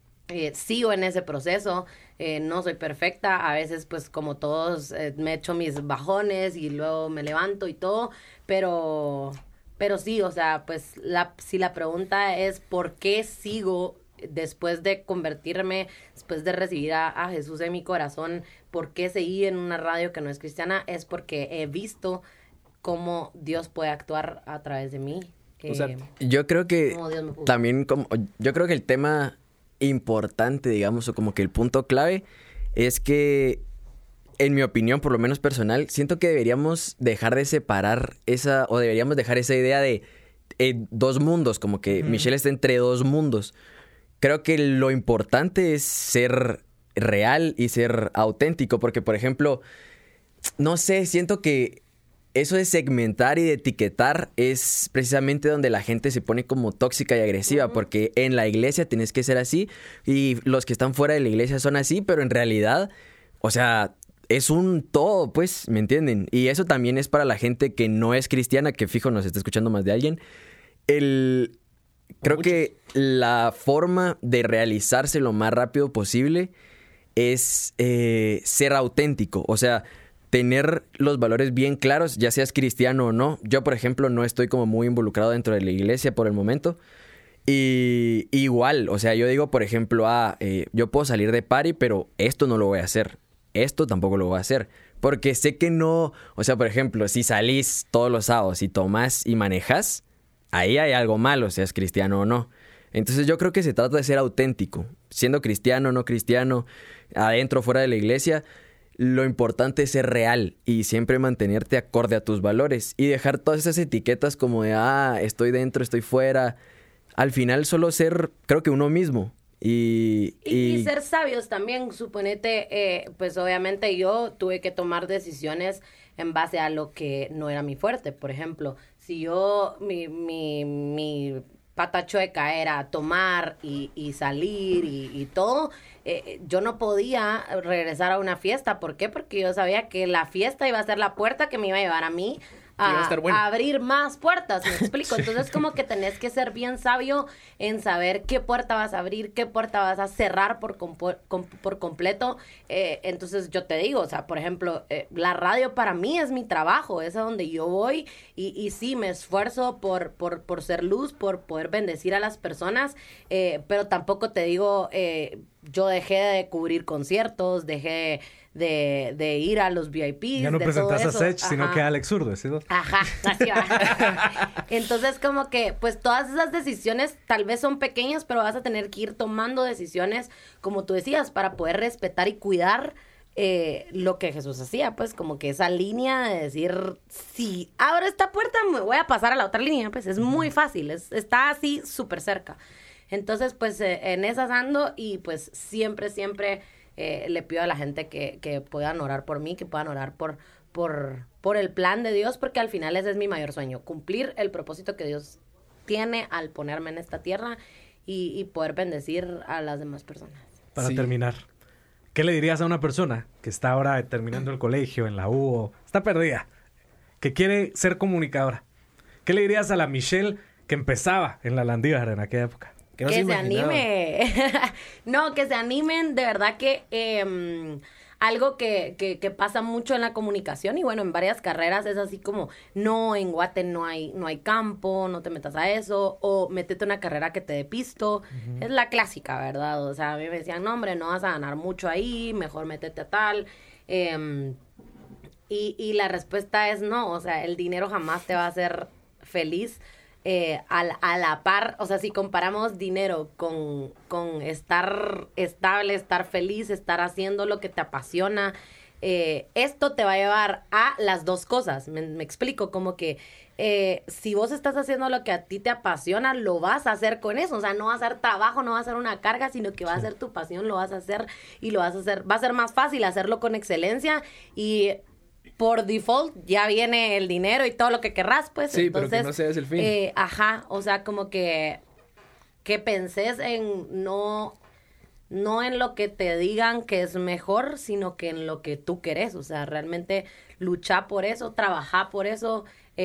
sigo en ese proceso. No soy perfecta, a veces pues como todos me echo mis bajones y luego me levanto y todo, pero sí, o sea, pues si la pregunta es ¿por qué sigo después de convertirme, después de recibir a Jesús en mi corazón? ¿Por qué seguí en una radio que no es cristiana? Es porque he visto cómo Dios puede actuar a través de mí. O sea, yo creo que también, yo creo que el tema importante, digamos, o como que el punto clave es que, en mi opinión, por lo menos personal, siento que deberíamos dejar de separar deberíamos dejar esa idea de dos mundos, como que Michelle está entre dos mundos. Creo que lo importante es ser real y ser auténtico, porque, por ejemplo, no sé, siento que eso de segmentar y de etiquetar es precisamente donde la gente se pone como tóxica y agresiva, porque en la iglesia tienes que ser así y los que están fuera de la iglesia son así, pero en realidad, o sea, es un todo, pues, ¿me entienden? Y eso también es para la gente que no es cristiana, que fijo nos está escuchando más de alguien. Creo que la forma de realizarse lo más rápido posible es ser auténtico. O sea, tener los valores bien claros, ya seas cristiano o no. Yo, por ejemplo, no estoy como muy involucrado dentro de la iglesia por el momento. Y igual, o sea, yo digo, por ejemplo, yo puedo salir de party, pero esto no lo voy a hacer. Esto tampoco lo voy a hacer. Porque sé que no... O sea, por ejemplo, si salís todos los sábados y tomás y manejas, ahí hay algo malo, seas cristiano o no. Entonces yo creo que se trata de ser auténtico. Siendo cristiano o no cristiano, adentro o fuera de la iglesia, lo importante es ser real y siempre mantenerte acorde a tus valores. Y dejar todas esas etiquetas como de, estoy dentro, estoy fuera. Al final solo ser, creo que uno mismo. Y ser sabios también, suponete, pues obviamente yo tuve que tomar decisiones en base a lo que no era mi fuerte. Por ejemplo, si yo, mi pata chueca era tomar y salir y todo, yo no podía regresar a una fiesta. ¿Por qué? Porque yo sabía que la fiesta iba a ser la puerta que me iba a llevar a mí a abrir más puertas, ¿me explico? Sí. Entonces como que tenés que ser bien sabio en saber qué puerta vas a abrir, qué puerta vas a cerrar por completo. Entonces yo te digo, o sea, por ejemplo, la radio para mí es mi trabajo, es a donde yo voy y sí, me esfuerzo por ser luz, por poder bendecir a las personas, pero tampoco te digo, yo dejé de cubrir conciertos, dejé de ir a los VIPs. Ya no presentas a Sech, sino ajá, que a Alex Zurdo, ¿sí? Ajá, así va. Entonces, como que, pues, todas esas decisiones tal vez son pequeñas, pero vas a tener que ir tomando decisiones, como tú decías, para poder respetar y cuidar lo que Jesús hacía, pues, como que esa línea de decir, si abro esta puerta, me voy a pasar a la otra línea, pues, es muy fácil, está así súper cerca. Entonces, pues, en esas ando y, pues, siempre le pido a la gente que puedan orar por mí, que puedan orar por el plan de Dios, porque al final ese es mi mayor sueño, cumplir el propósito que Dios tiene al ponerme en esta tierra y poder bendecir a las demás personas. Para terminar, ¿qué le dirías a una persona que está ahora terminando el colegio, en la U, o está perdida, que quiere ser comunicadora? ¿Qué le dirías a la Michelle que empezaba en la Landívar en aquella época? Que se anime. No, que se animen. De verdad que algo que pasa mucho en la comunicación y bueno, en varias carreras es así como, no, en Guate no hay campo, no te metas a eso, o métete a una carrera que te dé pisto. Uh-huh. Es la clásica, ¿verdad? O sea, a mí me decían, no, hombre, no vas a ganar mucho ahí, mejor métete a tal. Y la respuesta es no, o sea, el dinero jamás te va a hacer feliz. A la par, o sea, si comparamos dinero con estar estable, estar feliz, estar haciendo lo que te apasiona, esto te va a llevar a las dos cosas. Me explico, como que si vos estás haciendo lo que a ti te apasiona, lo vas a hacer con eso, o sea, no va a ser trabajo, no va a ser una carga, sino que va a ser tu pasión, lo vas a hacer y lo vas a hacer, va a ser más fácil hacerlo con excelencia y por default ya viene el dinero y todo lo que querrás, pues. Sí, entonces, pero que no seas el fin. Ajá, o sea, como que penses en no en lo que te digan que es mejor, sino que en lo que tú querés. O sea, realmente luchar por eso, trabajar por eso.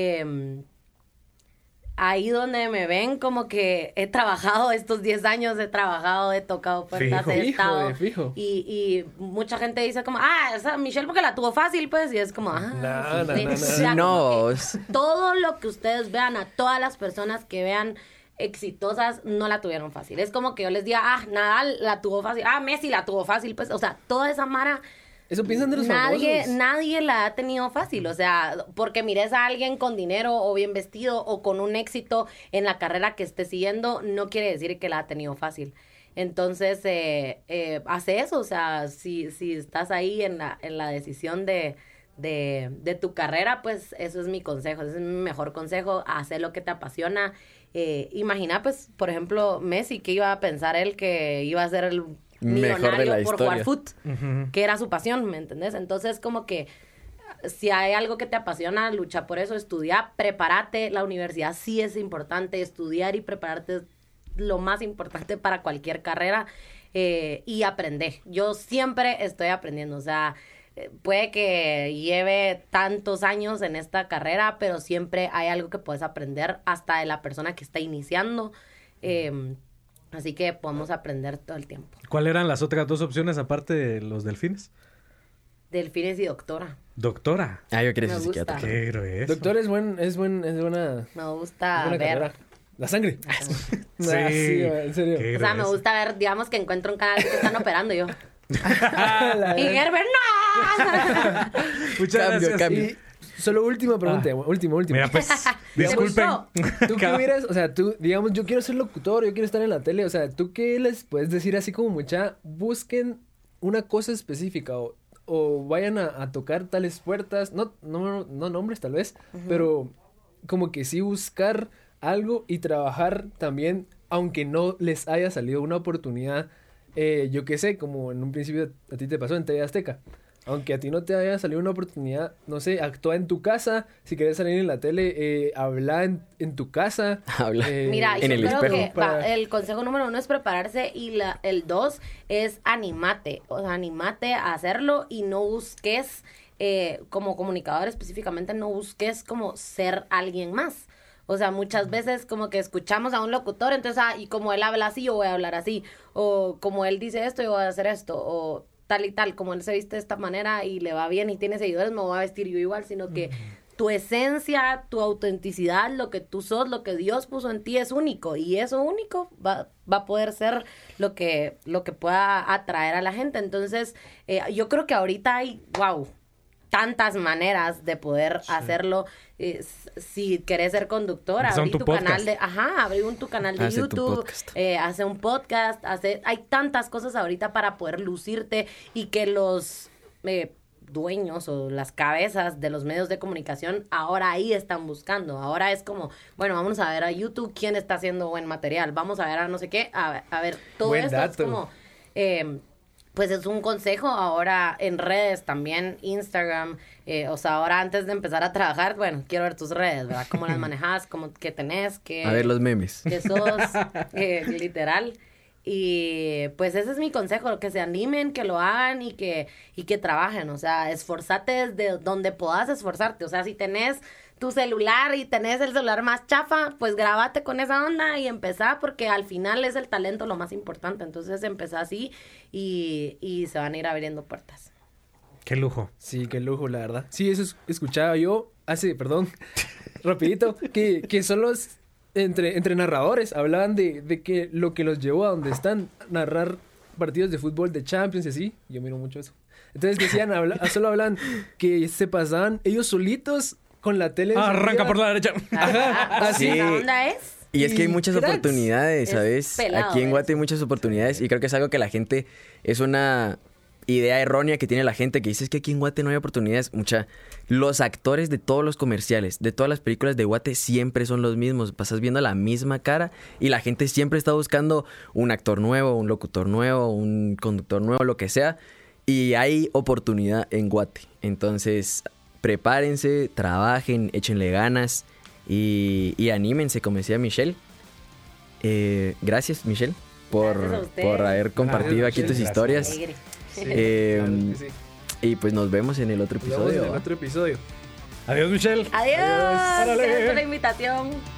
Ahí donde me ven, como que he trabajado estos 10 años, he tocado puertas, he estado. Fijo. Y mucha gente dice como, o sea, Michelle porque la tuvo fácil, pues, y es como, no. Todo lo que ustedes vean, a todas las personas que vean exitosas, no la tuvieron fácil. Es como que yo les diga, Nadal la tuvo fácil, Messi la tuvo fácil, pues, o sea, toda esa mara. Eso piensan de los famosos. Nadie la ha tenido fácil, o sea, porque mires a alguien con dinero o bien vestido o con un éxito en la carrera que esté siguiendo, no quiere decir que la ha tenido fácil. Entonces, hace eso, o sea, si estás ahí en la decisión de tu carrera, pues eso es mi consejo, ese es mi mejor consejo, hacer lo que te apasiona. Imagina, pues, por ejemplo, Messi, que iba a pensar él que iba a ser el millonario por jugar fútbol, uh-huh, que era su pasión, ¿me entendés? Entonces, como que si hay algo que te apasiona, lucha por eso, estudia, prepárate. La universidad sí es importante, estudiar y prepararte es lo más importante para cualquier carrera, y aprender. Yo siempre estoy aprendiendo, o sea, puede que lleve tantos años en esta carrera, pero siempre hay algo que puedes aprender hasta de la persona que está iniciando. Así que podemos aprender todo el tiempo. ¿Cuáles eran las otras 2 opciones aparte de los delfines? Delfines y doctora. Doctora. Ah, yo quería Me ser gusta. psiquiatra. Qué grueso. Doctor es buena. Me gusta buena ver. carrera. La sangre. Sí. En serio. Qué O sea, me grueso. gusta ver, digamos que encuentro un canal que están operando yo. La- Y Gerber, ¡no! Muchas Cambio, gracias. cambio. Y solo última pregunta, última. Mira, pues, Digamos, disculpen. ¿Tú qué hubieras, o sea, tú, digamos, yo quiero ser locutor, yo quiero estar en la tele, o sea, ¿tú qué les puedes decir así como mucha, busquen una cosa específica o vayan a tocar tales puertas, no nombres tal vez, pero como que sí buscar algo y trabajar también, aunque no les haya salido una oportunidad, yo qué sé, como en un principio a ti te pasó en TV Azteca. Aunque a ti no te haya salido una oportunidad, no sé, actúa en tu casa. Si quieres salir en la tele, habla en tu casa. Habla. Mira, En yo el creo espejo. que el consejo número 1 es prepararse y el 2 es animate. O sea, animate a hacerlo y no busques, como comunicador específicamente, no busques como ser alguien más. O sea, muchas veces como que escuchamos a un locutor, entonces, y como él habla así, yo voy a hablar así. O como él dice esto, yo voy a hacer esto. O tal y tal, como él se viste de esta manera y le va bien y tiene seguidores, me voy a vestir yo igual, sino que tu esencia, tu autenticidad, lo que tú sos, lo que Dios puso en ti es único, y eso único va a poder ser lo que pueda atraer a la gente. Entonces, yo creo que ahorita hay, tantas maneras de poder hacerlo. Si querés ser conductor, abrí tu canal tu canal de Hace tu YouTube, podcast. hace un podcast, hay tantas cosas ahorita para poder lucirte y que los dueños o las cabezas de los medios de comunicación ahora ahí están buscando. Ahora es como, bueno, vamos a ver a YouTube quién está haciendo buen material, vamos a ver a no sé qué, a ver, todo Buen esto dato. es como... pues es un consejo ahora en redes también, Instagram, o sea, ahora antes de empezar a trabajar, bueno, quiero ver tus redes, ¿verdad? ¿Cómo las manejas? ¿Qué tenés? A ver los memes. Que sos, literal. Y pues ese es mi consejo, que se animen, que lo hagan y que trabajen, o sea, esforzate desde donde puedas esforzarte, o sea, si tenés tu celular y tenés el celular más chafa, pues grábate con esa onda y empezá, porque al final es el talento lo más importante. Entonces empezá así y se van a ir abriendo puertas. Qué lujo. Sí, qué lujo, la verdad. Sí, eso escuchaba yo rapidito, que son los, entre narradores, hablaban de que lo que los llevó a donde están, narrar partidos de fútbol de Champions y así. Yo miro mucho eso. Entonces decían, solo hablan que se pasaban ellos solitos con la tele. Arranca por la derecha. Así. Sí. ¿La onda es? Y es que hay muchas cracks. oportunidades, ¿sabes? pelado Aquí en Guate hay eso. muchas oportunidades y creo que es algo que la gente, es una idea errónea que tiene la gente que dice es que aquí en Guate no hay oportunidades. Los actores de todos los comerciales, de todas las películas de Guate siempre son los mismos. Pasas viendo la misma cara y la gente siempre está buscando un actor nuevo, un locutor nuevo, un conductor nuevo, lo que sea. Y hay oportunidad en Guate. Entonces, prepárense, trabajen, échenle ganas y anímense, como decía Michelle. Gracias, Michelle, Gracias a ustedes. por haber compartido Gracias, aquí tus Michelle, historias. Alegre. Sí, Eh, claro que sí. Y pues nos vemos en el otro Nos vemos en episodio. el otro episodio. Adiós, Michelle. Adiós. Adiós. Gracias por la invitación.